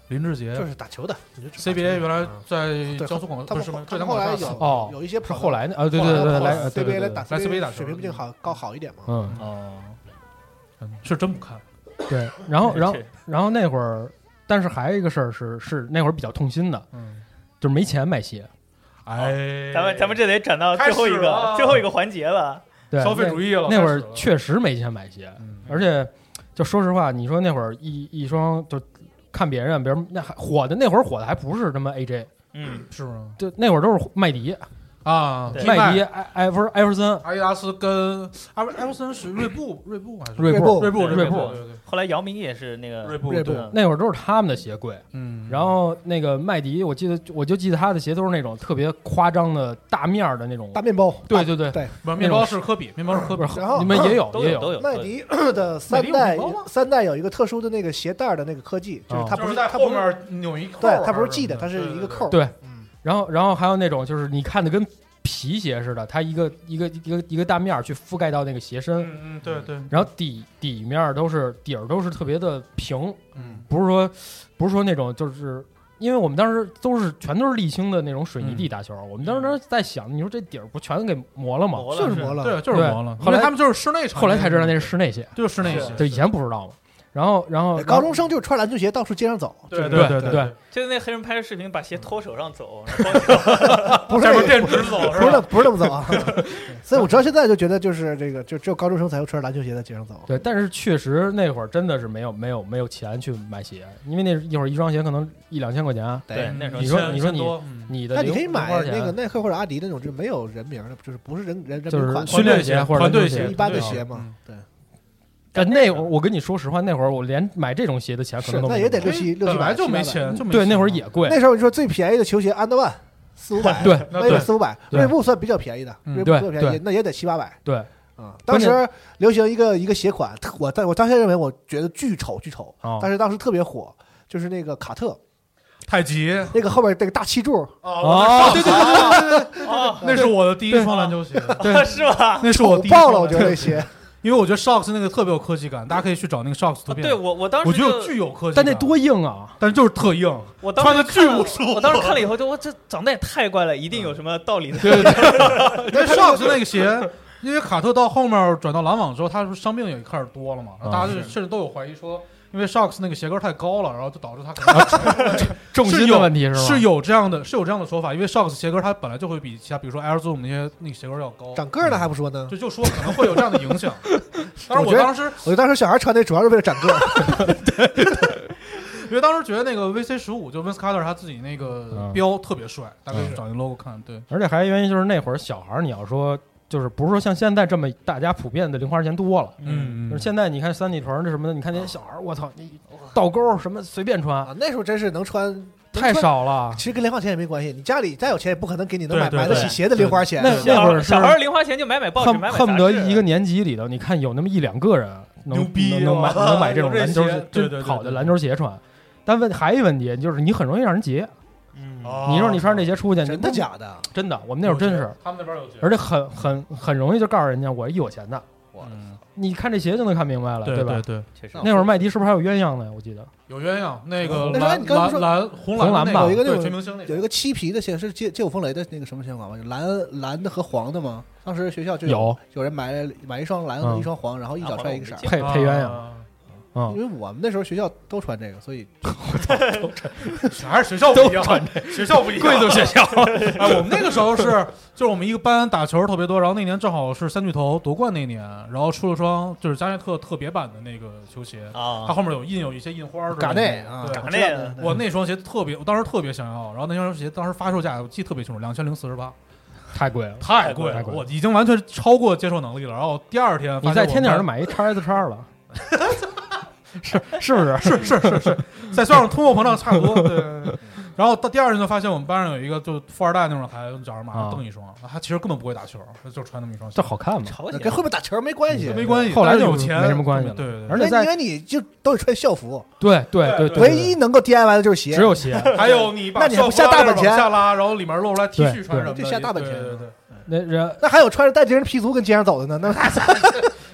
林志杰就是打球的 C B A 原来在对江苏广他们不是什么他们后来有哦有一些是后来的啊，对对对对，来 C B A 来打来 C B A 打水平不定好高好一点嘛。 嗯哦， 是真不看。 对，然后然后是然后那会儿，但是还有一个事儿是是那会儿比较痛心的， 嗯， 就是没钱买鞋。 哎， 咱们咱们这得转到最后一个开始了最后一个环节了。 对， 消费主义了。 那会儿开始了确实没钱买鞋， 嗯而且就说实话，你说那会儿一一双就看别人，别人那还火的那会儿火的还不是什么 A J， 嗯， 是吗？ 就那会儿都是麦迪、 啊， 对麦迪、艾艾弗艾弗森、 阿迪达斯跟艾弗艾弗森是锐步，锐步还是锐步锐步， 锐步对对对， 后来姚明也是那个锐步锐步对那会儿都是他们的鞋贵。 嗯， 然后那个麦迪，我记得我就记得他的鞋都是那种特别夸张的大面儿的那种大，面包， 对对对， 对， 不是面包是科比，面包是科比不，是然后你们也有也都有都有麦迪的三代麦迪有面包吗三代有一个特殊的那个鞋带的那个科技，就是它不就是在它不是后面扭一扣， 对它不是系的，它是一个扣。 对， 嗯， 然后然后还有那种就是你看的跟皮鞋似的，它一个一个一个一个大面儿去覆盖到那个鞋身， 嗯嗯，对对， 然后底底面儿都是底儿都是特别的平， 嗯不是说不是说那种就是。因为我们当时都是全都是沥青的那种水泥地打球，我们当时在想，你说这底儿不全给磨了吗？ 磨了就是磨了。 对，就是磨了。 后来因为他们就是室内场， 后来才知道那是室内鞋， 就是室内鞋， 就以前不知道嘛。然后然后高中生就是穿篮球鞋到处街上走， 对对对对， 就是那黑人拍的视频，把鞋脱手上走，然后不是下面电直走， 不是那不是那么走啊。所以我直到现在就觉得，就是这个，就只有高中生才会穿篮球鞋在街上走。 对，但是确实那会儿真的是没有没有没有钱去买鞋，因为那一会儿一双鞋可能一两千块钱， 对那时候你说千你说你千多嗯你的那你可以买零零花钱那个耐克或者阿迪那种，就没有人名的，就是不是人人人就是名款， 训练鞋或者团队篮球鞋一般的对鞋嘛嗯。 对， 但那会儿我跟你说实话，那会儿我连买这种鞋的钱可是能都没有那也得六七六七百， 本来就没七八百。 钱，就没对， 钱那会儿也贵， 那时候你说最便宜的球鞋安德万四五百， 对那那也得对四五百， 对锐步算比较便宜的， 嗯锐步对比较便宜对， 那也得七八百。 对啊，当时流行一个一个鞋款，特我但我当时认为我觉得巨丑巨丑， 哦但是当时特别火，就是那个卡特， 太极那个后边那个大气柱， 哦，对对对对对哦， 那是我的第一双篮球鞋， 是吧？ 那是我丑第一双爆了，我觉得篮球那鞋。 因为我觉得 Shocks 那个特别有科技感，大家可以去找那个 Shocks 图片。 对我我当时我觉得就巨有科技感， 但那多硬啊！ 但是就是特硬， 我当穿的时看了巨不舒服。 我当时看了以后，就我这长得也太怪了，一定有什么道理的。 对对对，那 Shocks 那个鞋，因为卡特到后面转到篮网之后，他是伤病也开始多了嘛，然后大家就甚至都有怀疑说，因为 Shocks 那个鞋跟太高了，然后就导致他可能重心的问题是吧？ 是有这样的，是有这样的说法，因为 Shocks 鞋跟它本来就会比其他，比如说 Air Zoom 那些那个鞋跟要高， 长个儿呢还不说呢， 就就说可能会有这样的影响。但是我觉得我当时， 我觉得当时小孩穿那主要是为了长个儿。 因为当时觉得那个 V C 十五就 Vince Carter 他自己那个嗯标特别帅，大家可以去找那 logo 看。对， 而且还有一原因就是那会儿小孩儿，你要说就是不是说像现在这么大家普遍的零花钱多了， 嗯就是现在你看三里屯的什么的，你看那些小孩儿，我操，你倒钩什么随便穿， 啊，那时候真是能穿太。少了。 其实跟零花钱也没关系，你家里再有钱也不可能给你能买对对买得起鞋的零花钱。 那小孩那会儿是小孩零花钱就买买报纸， 恨买买恨不得杂志一个年级里头，你看有那么一两个人能牛逼能能买啊能买这种有这篮球鞋对对对真好的对篮球鞋穿。但问还有一个问题就是你很容易让人劫， 嗯， 你说你穿这鞋出去，你真的假的？ 真的，我们那会儿真是， 他们那边有鞋， 而且很很很容易就告诉人家我一有钱的， 嗯， 你看这鞋就能看明白了，吧？ 对对对， 确实那会儿麦迪是不是还有鸳鸯呢？我记得有鸳鸯那个那时候蓝你刚才说蓝蓝红红蓝吧蓝的那对有一个那种全明星那有一个漆皮的鞋是街街舞风雷的那个什么鞋款吧？蓝蓝的和黄的吗？当时学校就有有人买了买一双蓝和嗯一双黄，然后一脚穿一个色儿。 配配鸳鸯， 啊嗯因，为我们那时候学校都穿这个，所以还是学校不一样，学校不一样， 贵族学校。 哎，我们那个时候是，就是我们一个班打球特别多，然后那年正好是三巨头夺冠那年，然后出了双就是加内特特别版的那个球鞋，它啊， 后面有印有一些印花儿之类的。 嘎内啊， 对嘎我知道内的我那双鞋特别，我当时特别想要，然后那双鞋当时发售价我记得特别清楚，两千零四十八， 太贵了。 太贵了， 太贵了我已经完全超过接受能力了。然后第二天你在天点上买， 买一叉 S 叉了，是是不是？ 是是是是，再算上通货膨胀差不多。对对对。然后到第二天就发现我们班上有一个就富二代那种孩子，脚上马上蹬一双，他其实根本不会打球，就穿那么一双鞋这，好看吗？ 朝鲜跟会不会打球没关系， 没关系。 后来就但是有钱没什么关系了对对对。 而且在因为因为你就都得穿校服， 对对对对， 唯一能够 D I Y 的就是鞋， 只有鞋。 还有你把那你还不下大本钱校服往下拉，然后里面露出来 T 恤对穿什么的， 对这下大本钱对对对， 那人那还有穿着带别人皮足跟街上走的呢，那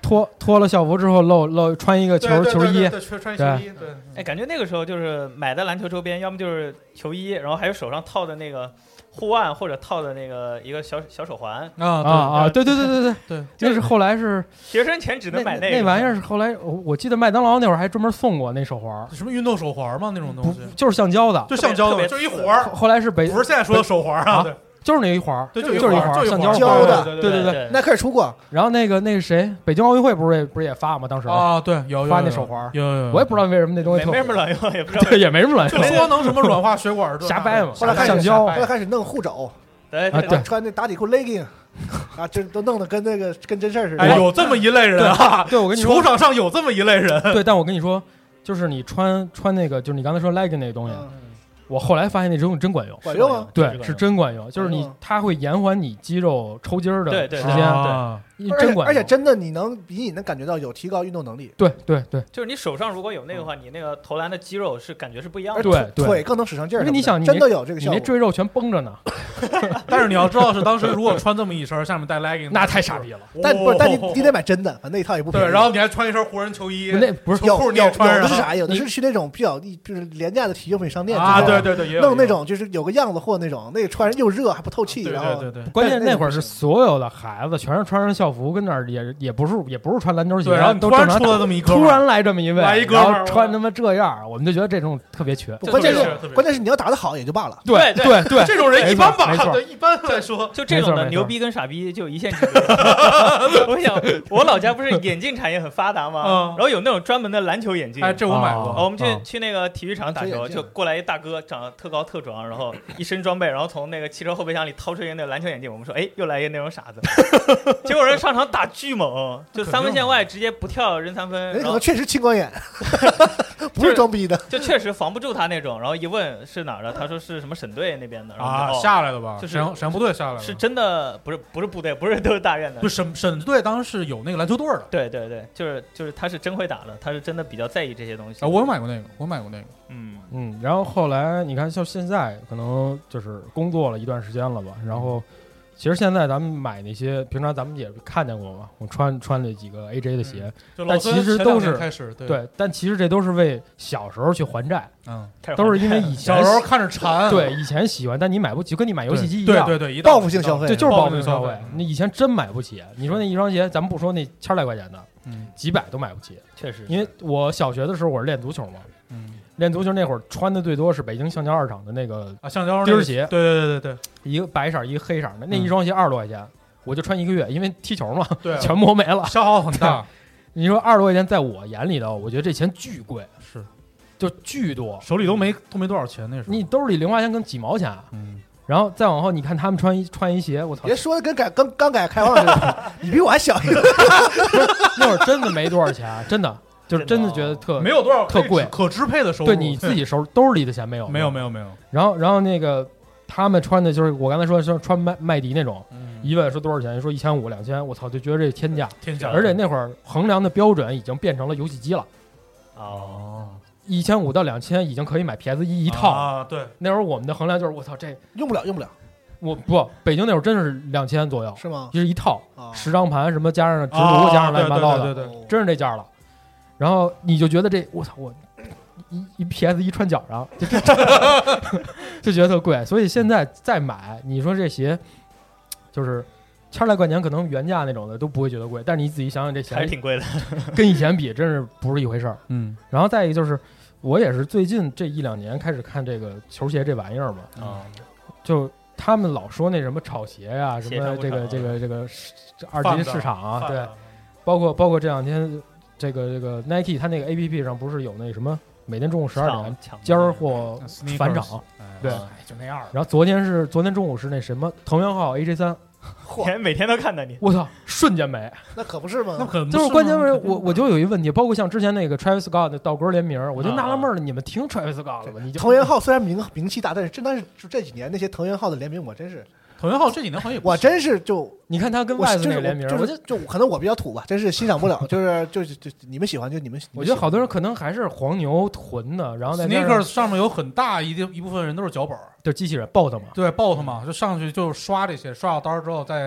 脱脱了校服之后露露穿一个球球衣， 对，穿球衣，对。 哎，感觉那个时候就是买的篮球周边，要么就是球衣，然后还有手上套的那个护腕或者套的那个一个小小手环啊啊啊！对对对对对对， 这是后来是学生钱只能买那个那玩意儿是后来我我记得麦当劳那会儿还专门送过那手环， 什么运动手环吗？那种东西就是橡胶的， 就橡胶的，就一环。 后来是北不是现在说的手环啊。 就是那一环， 对， 就是一环，橡胶的， 对对对， 耐克出过。 然后那个那个谁，北京奥运会不是也不是也发吗？当时啊，对，有发那手环， 有有， 我也不知道为什么那东西没什么卵用，也不知道， 对，也没什么卵用， 就说能什么软化血管， 瞎掰嘛。 后来橡胶， 后来开始弄护肘， 对对， 穿那打底裤 legging， 啊，这都弄得跟那个跟真事儿似的。 哎，有这么一类人啊！ 对，我跟你说， 球场上有这么一类人。 对，但我跟你说，就是你穿穿那个，就是你刚才说 legging 那个东西。我后来发现那东西真管用， 管用啊！ 对，是真管用，就是你它会延缓你肌肉抽筋儿的时间，对，真管用， 而且真的你能比你能感觉到有提高运动能力。 对对对， 就是你手上如果有那个话，你那个投篮的肌肉是感觉是不一样的， 对对， 腿更能使上劲儿。 因为你想， 真的有这个效果， 你那赘肉全绷着呢。 但是你要知道，是当时如果穿这么一身，下面带 legging， 那太傻逼了。 但不是，但你你得买真的，反正那一套也不便宜。 对，然后你还穿一身湖人球衣， 那不是有裤你也穿上。 有的是啥？有的是去那种比较就是廉价的体育用品商店啊，对对对， 弄那种就是有个样子货那种，那个穿又热还不透气，然后对对对， 关键那会儿是所有的孩子全是穿上校服，跟那儿也也不是也不是穿篮球鞋， 然后都突然出来这么一突然来这么一位， 来一哥然后穿他妈这样，我们就觉得这种特别缺。 关键是关键是你要打得好也就罢了。 对对对， 这种人一般吧，对，一般来说， 就这种的牛逼跟傻逼就一线之别。我想，我老家不是眼镜产业很发达吗？然后有那种专门的篮球眼镜， 哎，这我买过。 我们去去那个体育场打球，就过来一大哥，长得特高特壮，然后一身装备，然后从那个汽车后备箱里掏出一个那个篮球眼镜。我们说，哎，又来一个那种傻子。结果人上场打巨猛，就三分线外直接不跳扔三分。 人可能确实青光眼，不是装逼的， 就确实防不住他那种。然后一问是哪儿的，他说是什么省队那边的。 啊，下来的吧？ 就是沈阳沈阳部队下来的。 是真的，不是不是部队，不是都是大院的。 不是省省队当时是有那个篮球队的。 对对对，就是就是他是真会打的，他是真的比较在意这些东西。 啊，我买过那个，我买过那个。 嗯嗯，然后后来你看，像现在可能就是工作了一段时间了吧，然后。其实现在咱们买那些，平常咱们也看见过嘛，我穿穿了几个 A J 的鞋， 嗯、 但其实都是开始 对, 对，但其实这都是为小时候去还债， 嗯， 都是因为以前小时候看着馋， 对，以前喜欢，但你买不起，就跟你买游戏机一样， 对对对， 报复性消费， 对，就是报复性消费。你以前真买不起，你说那一双鞋，咱们不说那千来块钱的， 嗯， 几百都买不起， 确实， 因为我小学的时候我是练足球嘛， 嗯。 练足球那会儿穿的最多是北京橡胶二厂的那个啊橡胶钉儿鞋， 对对对对对， 一个白色一个黑色的，那一双鞋二十多块钱，我就穿一个月，因为踢球嘛， 对， 全磨没了， 消耗很大。 你说二十多块钱，在我眼里头，我觉得这钱巨贵， 是， 就巨多， 手里都没都没多少钱那时候， 你兜里零花钱跟几毛钱， 嗯， 然后再往后，你看他们穿一穿一鞋，我操， 别说的跟改跟刚改开放似的，你比我还小一个， 那会儿真的没多少钱，真的。就是真的觉得特没有多少特贵可支配的收入， 对你自己手兜里的钱没有， 没有没有没有。 然后然后那个他们穿的就是我刚才说说穿麦麦迪那种， 嗯、 一问说多少钱，说一千五两千，我操，就觉得这天价天价。 而且那会儿衡量的标准已经变成了游戏机了， 哦， 一千五到两千已经可以买 P S 一一套啊。对， 那会儿我们的衡量就是我操这用不了用不了。 我不，北京那会儿真是两千左右， 是吗？ 就是一套啊十张盘什么加上直卢、 啊、 加上乱七八糟的， 对对对对， 真是这价了。然后你就觉得这我操我一一 P S 一穿脚上就就觉得特贵，所以现在再买，你说这鞋就是千来块钱，可能原价那种的都不会觉得贵，但是你仔细想想，这鞋还是挺贵的， 跟以前比真是不是一回事儿。 嗯， 然后再一个就是我也是最近这一两年开始看这个球鞋这玩意儿嘛， 啊、 嗯，就他们老说那什么炒鞋呀、啊，什么这个这个这个二级市场啊，对，包括包括这两天。这个这个 Nike 它那个 A P P 上不是有那什么每天中午十二点尖儿货返场，对， 就那样。 然后昨天是昨天中午是那什么藤原浩 A J 三， 嚯，每天都看到你， 我操，瞬间没， 那可不是吗？ 那可不就是关键是我我就有一个问题，包括像之前那个 Travis Scott 的道格联名，我就纳了闷了，你们听 Travis Scott 了吧？你就藤原浩虽然名名气大，但是真的是这几年那些藤原浩的联名，我真是。 藤原浩这几年好像也我真是就你看他跟外子那个联名， 我就就可能我比较土吧，真是欣赏不了，就是就是就你们喜欢就你们， 我觉得好多人可能还是黄牛囤的，然后在 Sneakers 上面有很大一一部分人都是脚本， 就机器人 bot 嘛， 对 bot 嘛，就上去就刷这些，刷到单之后再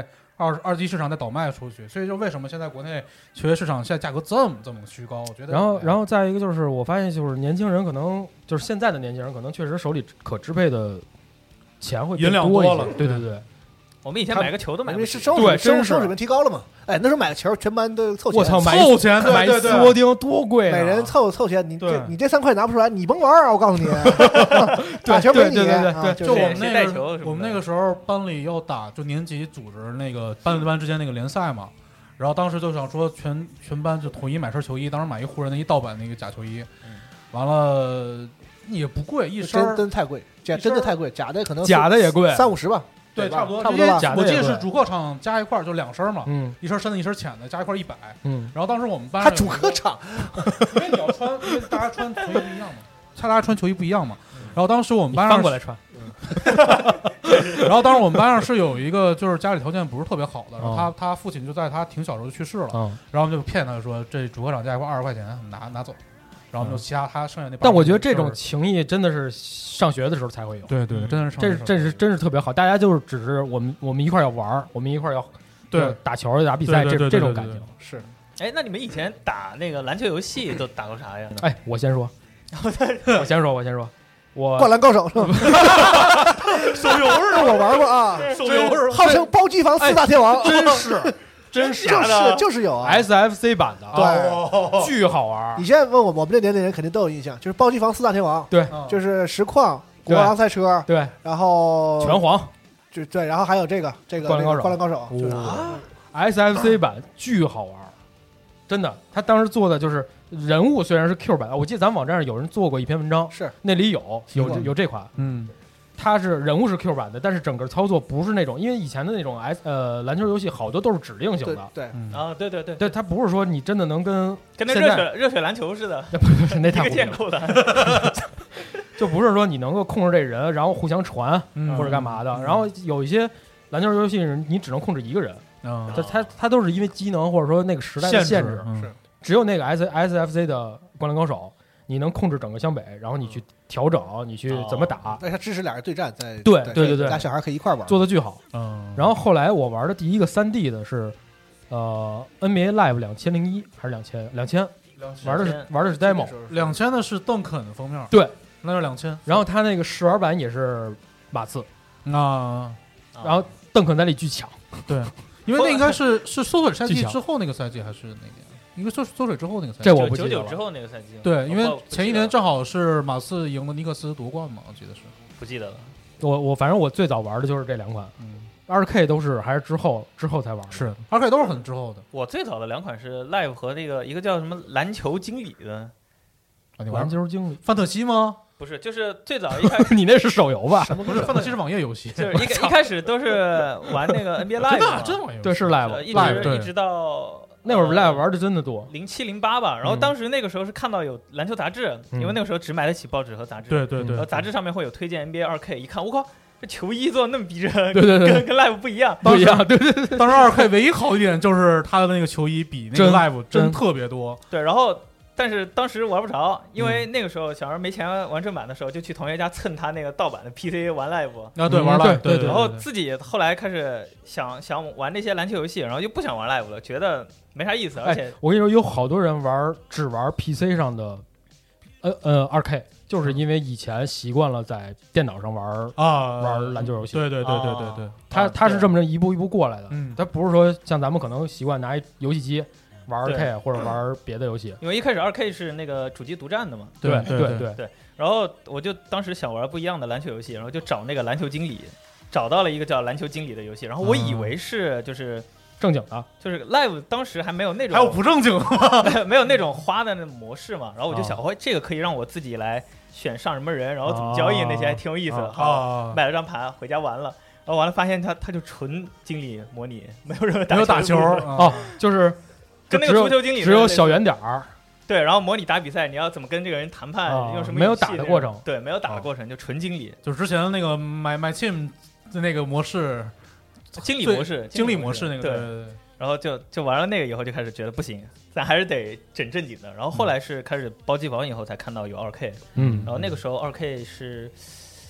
二二级市场再倒卖出去，所以就为什么现在国内球鞋市场现在价格这么这么虚高？我觉得。 然后，然后再一个就是，我发现就是年轻人可能就是现在的年轻人可能确实手里可支配的钱会银两多多了， 对对对。 我们以前买个球都买不起， 因为是生活对真是生生活水平提高了嘛。哎，那时候买个球全班都凑钱， 我操，买凑钱对买对对斯伯丁多贵啊！ 每人凑凑钱，你对这你这三块拿不出来，你甭玩啊！我告诉你，打球没你， 对对对对啊对就我就是们那谁带球什么的个我们那个时候班里要打，就年级组织那个班对班之间那个联赛嘛，然后当时就想说全全班就统一买身球衣，当时买一湖人的一盗版那个假球衣，完了也不贵，一身真真太贵，假真的太贵，假的可能假的也贵， 三五十吧， 对， 吧差不多， 差不多吧。 假的也贵我记得是主客场加一块儿就两身嘛， 嗯一身深的，一身浅的，加一块一百。 嗯， 然后当时我们班还上有一个主客场， 因为你要穿，因为大家穿球衣不一样嘛，大家穿球衣不一样嘛。然后当时我们你班上翻过来穿， 然后当时我们班上是有一个就是家里条件不是特别好的，然后他哦他父亲就在他挺小时候就去世了， 嗯。 然后我们就骗他说这主客场加一块二十块钱拿拿走，然后我们就其他他剩下那。 但我觉得这种情谊真的是上学的时候才会有， 对对，真的是这这是真是特别好，大家就是只是我们我们一块儿要玩儿，我们一块儿要对要打球儿打比赛， 对对对这这对对对种感情。 是哎，那你们以前打那个篮球游戏都打过啥呀？ 哎，我先说，我先说，我先说，我灌篮高手是吧？ 手游是我玩过啊， 手游是号称包机房四大天王， 真是真是就是就是有啊。 S F C 版的， 对， 巨好玩你。现在问我，我们这年龄人肯定都有印象，就是包机房四大天王， 对就是实况、国王赛车， 对， 然后拳皇就对，然后还有这个这个灌篮高手这个灌篮高手，就是啊 S F C 版巨好玩，真的。他当时做的就是人物虽然是 Q 版，我记得咱们网站上有人做过一篇文章， 是那里有有这有这款， 嗯， 它是人物是 Q 版的，但是整个操作不是那种，因为以前的那种 S 呃篮球游戏好多都是指令型的， 对对， 嗯啊，对对对， 对，它不是说你真的能跟跟那热现在血热血篮球似的， 不不是那一个太不行， 键扣的。 就不是说你能够控制这人，然后互相传嗯或者干嘛的。 嗯然后有一些篮球游戏你只能控制一个人， 啊它它它都是因为机能或者说那个时代的限制， 嗯是只有那个 S S F C 的灌篮高手，你能控制整个湘北，然后你去调整，你去怎么打， 但是他支持俩人对战，在对对对对俩小孩可以一块玩， 做的巨好。 嗯， 然后后来我玩的第一个三 D 的是，呃 N B A Live 两千零一还是两千两千，玩的是玩的是 demo， 两千的是邓肯的封面， 对， 那是两千。 然后他那个试玩版也是马刺， 啊， 然后邓肯在里巨强， 对，因为那应该是是缩水赛季技巧之后那个赛季，还是那个应该缩缩水之后那个赛季？ 这我不记得了九九之后那个赛季， 对，因为我不记得前一年正好是马刺赢了尼克斯夺冠嘛，我记得是。 不记得了。 我我反正我最早玩的就是这两款， 嗯， 二 K 都是还是之后之后才玩的， 是二 K 都是很之后的我最早的两款是 Live 和那个一个叫什么篮球经理的， 啊，你玩篮球经理， 范特西吗？ 不是，就是最早一开始你那是手游吧？ 不是，范特西是网页游戏， 就是一开一开始都是玩那个 N B A 真 Live 的嘛真网页游戏， 对，是 live 呃一 Live，对直一直到那会儿 live 玩的真的多， 零七零八吧。然后嗯当时那个时候是看到有篮球杂志， 嗯因为那个时候只买得起报纸和杂志， 对对对然后，杂志上面会有推荐 N B A 二 K，一看我靠，这球衣做的那么逼真， 对对对跟跟 Live 不一样。 不一样，对对对， 当时二 K 唯一好一点就是它的那个球衣比那个真 Live 真真特别多， 对，然后但是当时玩不着，因为那个时候小时候没钱玩正版的时候，就去同学家蹭他那个盗版的 P C 玩 Live。 啊，对， 嗯玩 Live， 对对对， 然后自己后来开始想想玩那些篮球游戏，然后又不想玩 Live 了，觉得没啥意思，而且哎，我跟你说，有好多人玩只玩 P C 上的，呃呃二 K，就是因为以前习惯了在电脑上玩啊， 玩篮球游戏， 对对对对对对， 他他是对这么着一步一步过来的， 嗯， 他不是说像咱们可能习惯拿一游戏机玩二 K 对或者玩别的游戏， 因为一开始二 K 是那个主机独占的嘛， 对对对对， 然后我就当时想玩不一样的篮球游戏，然后就找那个篮球经理，找到了一个叫篮球经理的游戏，然后我以为是就是。 正经的， 就是 Live 当时还没有那种还有不正经的， 没有那种花的那种模式嘛，然后我就想， 啊哦，这个可以让我自己来选上什么人，然后怎么交易那些，还挺有意思的。 啊好， 啊， 买了张盘回家玩了，然后完了发现它它就纯经理模拟，没有任何没有打球的部分哦，就是跟那个只有足球经理只有小圆圆点儿， 对，然后模拟打比赛，你要怎么跟这个人谈判， 啊用什么没有语气那种打的过程对，没有打的啊过程，就纯经理就是之前那个买买 team 的那个模式， 经理模式， 经理模模式那个， 对。 对然后就就玩了那个以后，就开始觉得不行，咱还是得整正经的。然后后来是开始包机房以后，才看到有二 K， 嗯然后那个时候二 K 是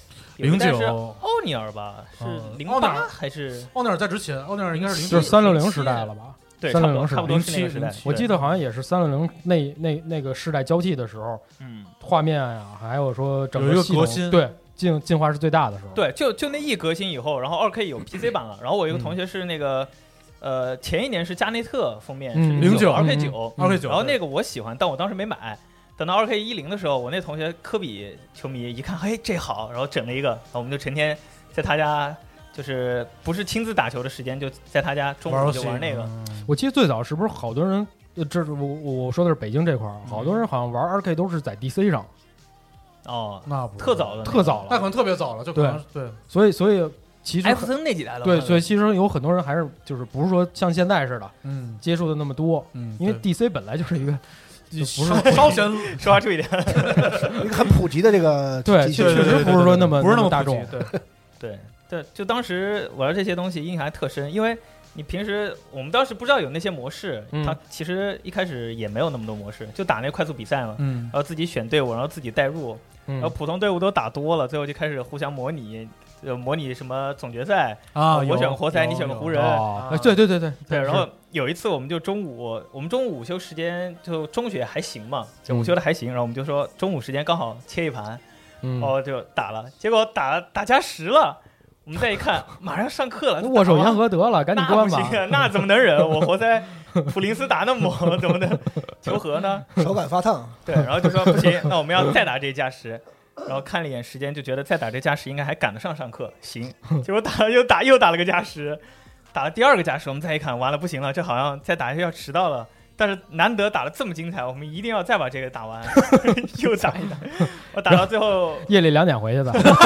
零九奥尼尔吧，是零奥尼尔八还是奥尼尔在之前？奥尼尔应该是零就是三六零时代了吧？ 对， 三六零时代， 差不多是那个时代。 我记得好像也是三六零那那那个世代交替的时候， 嗯， 画面呀，还有说整有一个系统革新， 对进进化是最大的时候。 对，就就那一革新以后，然后二 K 有 P C 版了，然后我有一个同学是那个。呃，前一年是加内特封面，是零九二 K 九， 二 K 九， 然后那个我喜欢，但我当时没买。等到二 K 一零的时候，我那同学科比球迷一看，嘿，这好，然后整了一个，然后我们就成天在他家，就是不是亲自打球的时间，就在他家中午就玩那个。 我记得最早是不是好多人，这是我我说的是北京这块儿，好多人好像玩二 K 都是在 D C 上。 哦， 那不特早的， 特早了， 那可能特别早了，就可能对， 所以所以。其实艾弗森那几代的， 对，所以其实有很多人还是就是不是说像现在似的， 嗯， 接触的那么多， 嗯， 因为 D C 本来就是一个不是稍显说话注意点， 一个很普及的这个， 对，确实不是说那么不是那么大众， 对对对，就当时玩这些东西印象还特深，因为你平时我们当时不知道有那些模式， 嗯、 它其实一开始也没有那么多模式，就打那快速比赛嘛， 嗯， 然后自己选队伍，然后自己带入， 嗯、 然后普通队伍都打多了，最后就开始互相模拟。就模拟什么总决赛啊， 我选活塞，你选个湖人， 啊、对对对对对。然后有一次我们就中午，我们中午午休时间就中学还行嘛，就午休的还行，然后我们就说中午时间刚好切一盘， 嗯、 哦就打了，结果打打加时了。我们再一看，马上上课了， 握手言和得了，赶紧关吧。 那不行啊，那怎么能忍？我活塞普林斯打那么猛，怎么能求和呢？ 手感发烫。 对，然后就说不行，那我们要再打这加时。然后看了一眼时间，就觉得再打这加时应该还赶得上上课，行。结果打了又打又打了个加时，打了第二个加时，我们再一看，完了不行了，这好像再打要迟到了。但是难得打得这么精彩，我们一定要再把这个打完，又打一打。我打到最后夜里两点回去的，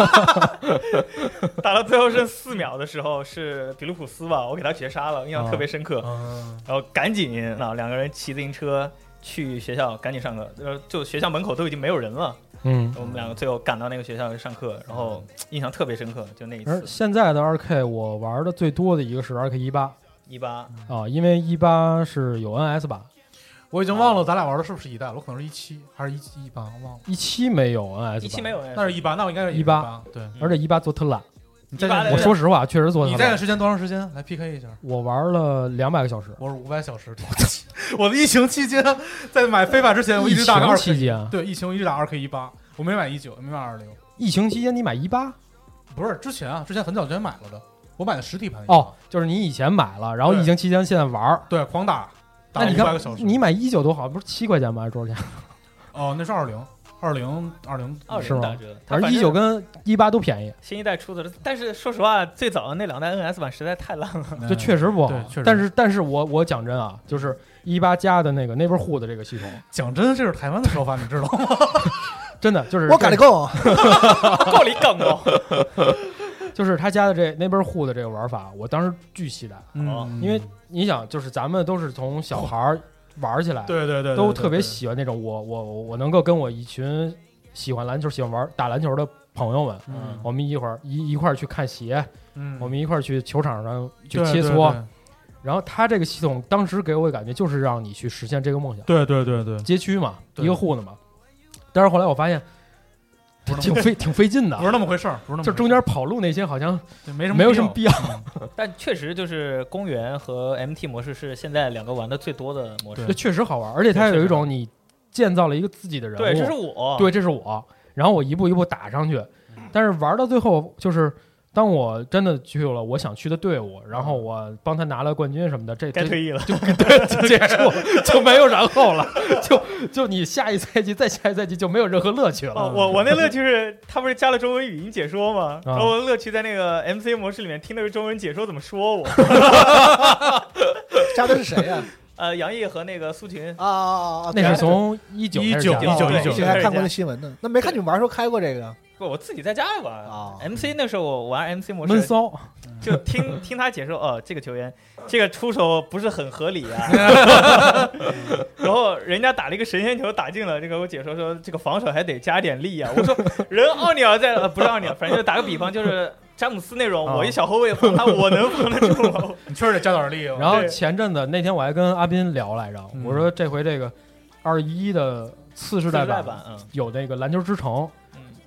打到最后剩四秒的时候是比卢普斯吧，我给他绝杀了，印象特别深刻。 嗯、 然后赶紧啊，两个人骑自行车去学校，赶紧上课。呃，就学校门口都已经没有人了。 嗯， 我们两个最后赶到那个学校上课，然后印象特别深刻，就那一次。 而现在的二 K 我玩的最多的一个是二 K 一八。 一八啊，因为一八是有 N S 版， 我已经忘了咱俩玩的是不是一代了，我可能是一七还是一一八，忘了。 一七没有 N S 版， 一七没有 N S， 那是一八，那我应该是一八， 对， 而且一八做特烂。 你在我说实话，确实做特烂。 你在的时间多长时间？来 P K 一下。 我玩了两百个小时， 我是五百小时。我的疫情期间，在买非法之前，我一直打二 K。 疫情期间， 对，疫情我一直打二 K 一八，我没买一九，没买二零。 疫情期间你买一八？ 不是之前啊，之前很早之前买了的。我买的实体盘哦，就是你以前买了，然后疫情期间现在玩， 对，狂打，打那你看个小时。 你买一九多好，不是七块钱吗？还是多少钱？ 哦，那是二零，二零，二零， 是吗？ 打折。 反正一九跟一八都便宜。 新一代出的，但是说实话，最早的那两代 N S 版实在太烂了， 这确实不好。 确实但是，但是我我讲真啊，就是一八加的那个 Neighborhood 的这个系统， 讲真，这是台湾的说法，你知道吗？ 真的就是我搞得够， 够里更够。 就是他家的这 Neighborhood 的这个玩法，我当时巨期待， 嗯， 因为你想，就是咱们都是从小孩玩起来， 对对对， 都特别喜欢那种我我我能够跟我一群喜欢篮球、喜欢玩打篮球的朋友们， 嗯， 我们一会儿一一块儿去看鞋， 嗯， 我们一块儿去球场上去切磋，然后他这个系统当时给我的感觉就是让你去实现这个梦想， 对对对对， 街区嘛，一个户子嘛，但是后来我发现。挺费挺费劲的， 不是那么回事儿，不是那么， 就中间跑路那些好像没什么没有什么必要。 但确实就是公园和 M T 模式是现在两个玩的最多的模式， 这确实好玩，而且它有一种你建造了一个自己的人物， 对，这是我， 对，这是我，然后我一步一步打上去，但是玩到最后就是。当我真的去了我想去的队伍，然后我帮他拿了冠军什么的，这该退役了， 就对就结束，就没有然后了，就就你下一赛季再下一赛季就没有任何乐趣了。 哦、我我那乐趣是他不是加了中文语音解说吗？然后我的乐趣在那个 M C 模式里面听那个中文解说怎么说我。 加的是谁呀、啊？ 呃，杨毅和那个苏群啊啊啊！ 那是从一九一九一九一九， 我还看过那新闻呢。那没看你们玩的时候开过这个？ 不，我自己在家里玩啊。 M C 那时候我玩 M C 模式， 闷骚， 就听听他解说，哦，这个球员这个出手不是很合理啊。然后人家打了一个神仙球打进了，这个我解说说这个防守还得加点力啊。我说人奥尼尔在，呃，不是奥尼尔，反正就打个比方，就是詹姆斯那种，我一小后卫防他，我能防得住吗？ 你确实得加点力。 然后前阵子那天我还跟阿斌聊来着，我说这回这个二一的次世代版有那个篮球之城。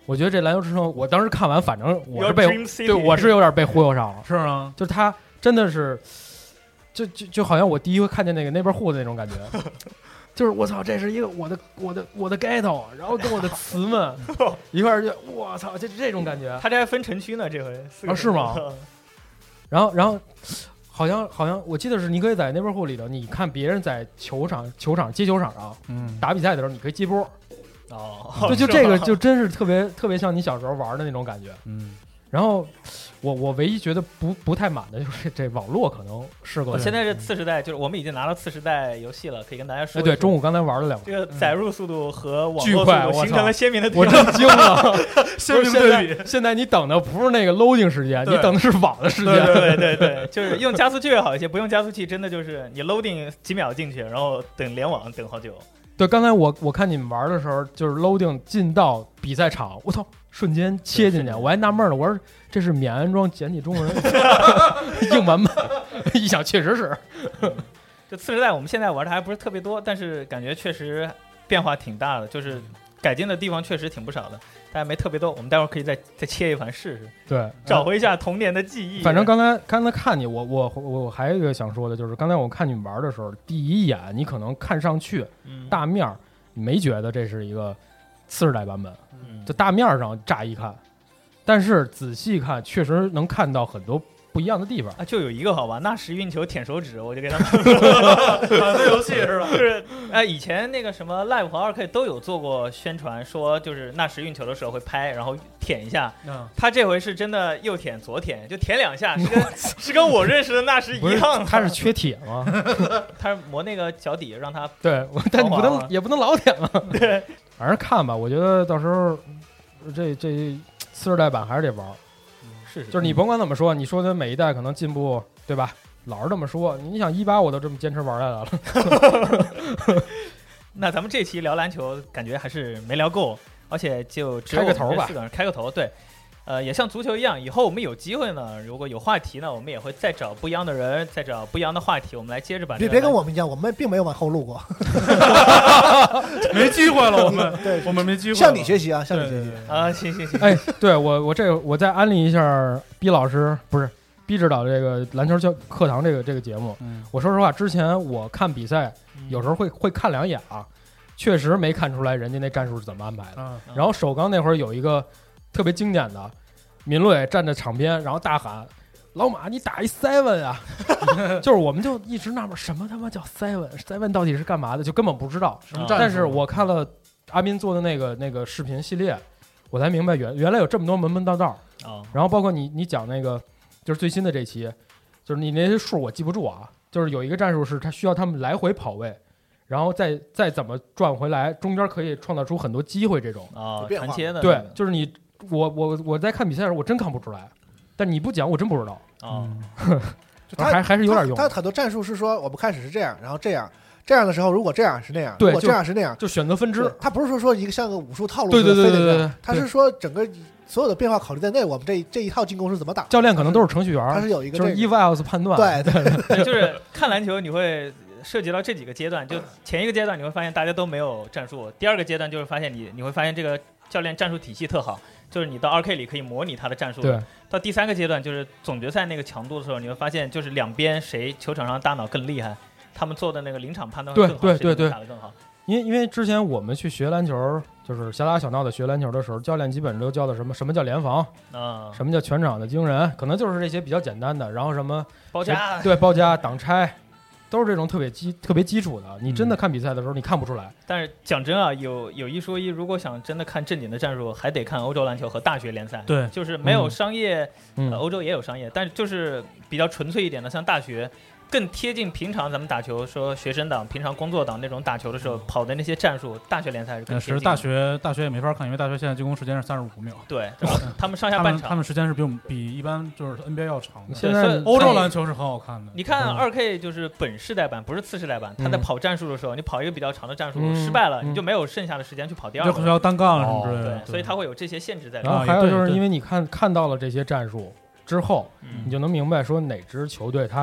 我觉得这篮球之声，我当时看完，反正我是被对我是有点被忽悠上了， 是吗？ 就是他真的是，就就就好像我第一回看见那个那边户的那种感觉。就是我操，这是一个我的我的我的 ghetto， 然后跟我的词们一块儿就我操，这这种感觉。 他这还分城区呢，这回啊是吗？然后然后好像好像我记得是你可以在那边户里头，你看别人在球场球场街球场上嗯打比赛的时候，你可以接波。 哦， 就就这个就真是特别特别像你小时候玩的那种感觉。 嗯。 然后我我唯一觉得不不太满的就是这网络可能是个。 现在这次时代就是我们已经拿到次时代游戏了，可以跟大家说。 哎，对，中午刚才玩了两个。 这个载入速度和网巨络速度形成了鲜明的对比。我真惊了， 鲜明对比。现在你等的不是那个 loading 时间，你等的是网的时间。 对对对对，就是用加速器会好一些，不用加速器真的就是你 loading 几秒进去，然后等联网等好久。 对，刚才我我看你们玩的时候，就是 loading 进到比赛场，我操，瞬间切进去，我还纳闷呢，我说这是免安装简体中文硬版本，一想确实是。 这次时代我们现在玩的还不是特别多，但是感觉确实变化挺大的，就是改进的地方确实挺不少的，但没特别多。我们待会儿可以再再切一盘试试， 对， 找回一下童年的记忆。 反正刚才刚才看你，我我我还有一个想说的，就是刚才我看你们玩的时候，第一眼你可能看上去、嗯、大面你没觉得这是一个次世代版本， 嗯， 就大面上乍一看，但是仔细看确实能看到很多不一样的地方啊，就有一个好吧，纳什运球舔手指，我就给他们玩的游戏是吧？ 就是哎，以前那个什么 Live 和 二 K 都有做过宣传，说就是纳什运球的时候会拍，然后舔一下。嗯，他这回是真的右舔左舔，就舔两下，是跟是跟我认识的纳什一样。 他是缺铁吗？ 他是磨那个脚底，让他对，但你不能也不能老舔嘛。 对， 反正看吧，我觉得到时候这这次世代版还是得玩。 是， 就是你甭管怎么说，你说的每一代可能进步，对吧？老是这么说，你想一八我都这么坚持玩下来了。 那咱们这期聊篮球，感觉还是没聊够，而且就只有开个头吧， 四个人开个头，对。呃，也像足球一样，以后我们有机会呢，如果有话题呢，我们也会再找不一样的人，再找不一样的话题，我们来接着把这个。 别别跟我们一样，我们并没有往后路过， 没机会了，我们对，我们没机会。 向你学习啊，向你学习啊，行行行。 哎，对我我这个我再安利一下毕老师，不是毕指导这个篮球教课堂这个这个节目。嗯，我说实话，之前我看比赛，有时候会会看两眼啊，确实没看出来人家那战术是怎么安排的。嗯，然后首钢那会儿有一个特别经典的。闵磊站在场边，然后大喊：“老马，你打一 seven 啊！”就是我们就一直纳闷，什么他妈叫 seven？seven 到底是干嘛的？就根本不知道。 什么但是我看了阿斌做的那个那个视频系列，我才明白原原来有这么多门门道道。 哦。 然后包括你你讲那个，就是最新的这期，就是你那些数我记不住啊。就是有一个战术是他需要他们来回跑位，然后再再怎么转回来，中间可以创造出很多机会。这种啊，传切的。 对，就是你。我我我在看比赛的时候，我真看不出来，但你不讲，我真不知道啊。 嗯、还还是有点用。 他很多战术是说，我们开始是这样，然后这样，这样的时候，如果这样是那样， 对， 如果这样是那样， 就选择分支。 他不是说说一个像个武术套路， 对对对对对， 他是说整个所有的变化考虑在内，我们这这一套进攻是怎么打。 教练可能都是程序员， 他是有一个就是 evals 判断。 对对对，就是看篮球你会。涉及到这几个阶段，就前一个阶段你会发现大家都没有战术，第二个阶段就是发现你你会发现这个教练战术体系特好，就是你到 二 K 里可以模拟他的战术。 对。 到第三个阶段就是总决赛那个强度的时候，你会发现就是两边谁球场上大脑更厉害，他们做的那个临场判断更好， 对对对对， 打得更好。 因为因为之前我们去学篮球，就是小打小闹的学篮球的时候，教练基本都教的什么什么叫联防啊， 什么叫全场的惊人，可能就是这些比较简单的，然后什么包夹， 对包夹挡拆。都是这种特别基特别基础的，你真的看比赛的时候你看不出来。 嗯、但是讲真啊，有有一说一，如果想真的看正经的战术，还得看欧洲篮球和大学联赛。 对， 就是没有商业， 嗯、 呃，欧洲也有商业，但是就是比较纯粹一点的，像大学。更贴近平常咱们打球，说学生党、平常工作党那种打球的时候跑的那些战术，大学联赛是更贴近的。 是大学大学也没法看，因为大学现在进攻时间是三十五秒。 对，他们上下半场， 他们时间是比我们比一般就是 N B A 要长的。 现在欧洲篮球是很好看的。 你看二 K 就是本世代版，不是次世代版，他在跑战术的时候，你跑一个比较长的战术失败了，你就没有剩下的时间去跑第二个， 就是要单杠什么之类的。 对，所以他会有这些限制在里面。然后还有就是因为你看看到了这些战术之后，你就能明白说哪支球队他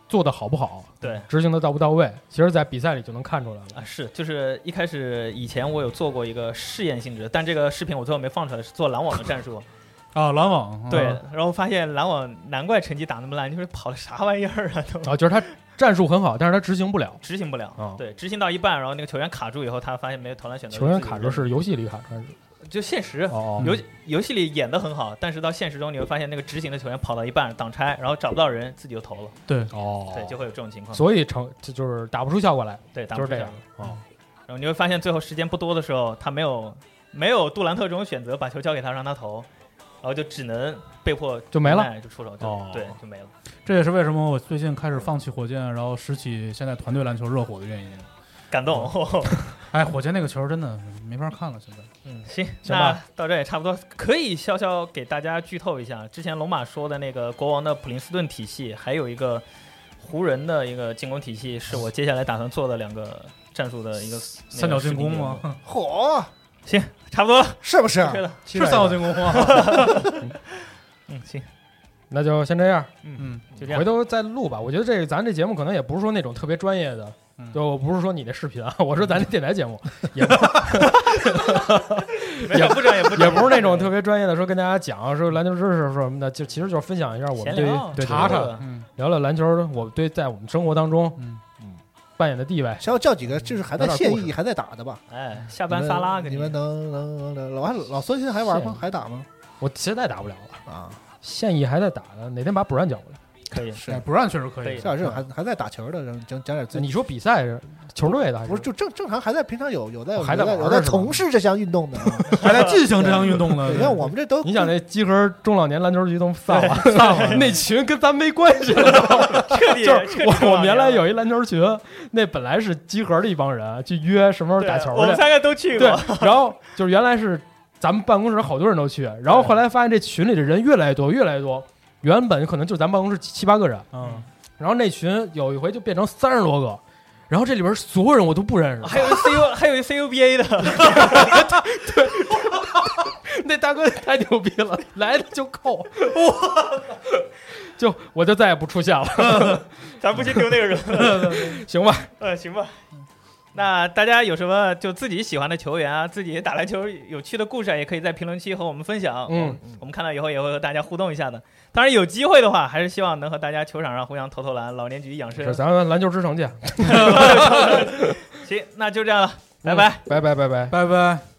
做的好不好， 对， 执行的到不到位，其实在比赛里就能看出来了啊。是，就是一开始以前我有做过一个试验性质，但这个视频我最后没放出来，是做拦网的战术。 啊，拦网对，然后发现拦网难怪成绩打那么烂，就是跑的啥玩意儿啊都。 啊，就是他战术很好，但是他执行不了， 执行不了。 啊， 对，执行到一半，然后那个球员卡住以后，他发现没有投篮选择。 球员卡住是游戏里卡住， 就现实。 哦， 游游戏里演的很好，但是到现实中你会发现那个执行的球员跑到一半挡拆，然后找不到人，自己就投了。 对， 哦， 对，就会有这种情况。 所以成就是打不出效果来。 对，打不出效果。 哦， 然后你会发现最后时间不多的时候，他没有没有杜兰特这种选择，把球交给他让他投。然后就只能被迫就没了， 就出手，就、 哦、 对，就没了。 这也是为什么我最近开始放弃火箭，然后拾起现在团队篮球热火的原因。 感动。哦、 哎，火箭那个球真的没法看了，现在。 嗯，行， 行吧， 那到这也差不多，可以稍稍给大家剧透一下，之前龙马说的那个国王的普林斯顿体系，还有一个湖人的一个进攻体系，是我接下来打算做的两个战术的一个三角进攻吗？ 嚯！ 行，差不多了， 是不是？ 是三角进攻吗？ 嗯，行， 那就先这样。 嗯，就这样。 回头再录吧。我觉得这个咱这节目可能也不是说那种特别专业的， 嗯、 就不是说你的视频啊，我说咱这电台节目也不也不专业， 也不是那种特别专业的，说跟大家讲说篮球知识什么的，就其实就是分享一下我们对对查查， 嗯，聊聊篮球，我对在我们生活当中，嗯。扮演的地位， 想要叫几个就是还在现役还在打的吧？ 哎，下班撒拉， 你们能能能老老孙现在还玩吗？还打吗？ 我现在打不了了啊， 现役还在打的，哪天把补让叫过来？ 可以， 是补让确实可以。 像这种还还在打球的，讲讲点自己。 你说比赛球队的， 不是就正正常还在平常有有在还在有在从事这项运动的， 还在进行这项运动的。 你看我们这都， 你想这集合中老年篮球局都散了，散了，那群跟咱没关系了， 彻底就是我我们原来有一篮球群，那本来是集合的一帮人去约什么时候打球去， 我们三个都去过。然后就是原来是咱们办公室好多人都去，然后后来发现这群里的人越来越多，越来越多。原本可能就咱办公室七八个人， 嗯， 然后那群有一回就变成三十多个，然后这里边所有人我都不认识， 还有一 C U 还有一 C U B A 的， 对，那大哥太牛逼了，来了就扣，哇，就我就再也不出现了， 咱不去丢那个人， 行吧， 呃，行吧。那大家有什么就自己喜欢的球员啊，自己打篮球有趣的故事啊，也可以在评论区和我们分享。 嗯， 我们看到以后也会和大家互动一下的。当然有机会的话，还是希望能和大家球场上互相投投篮，老年局养生。 是，咱们篮球之城见。 行，那就这样了，拜拜， 拜拜，拜拜， 拜拜。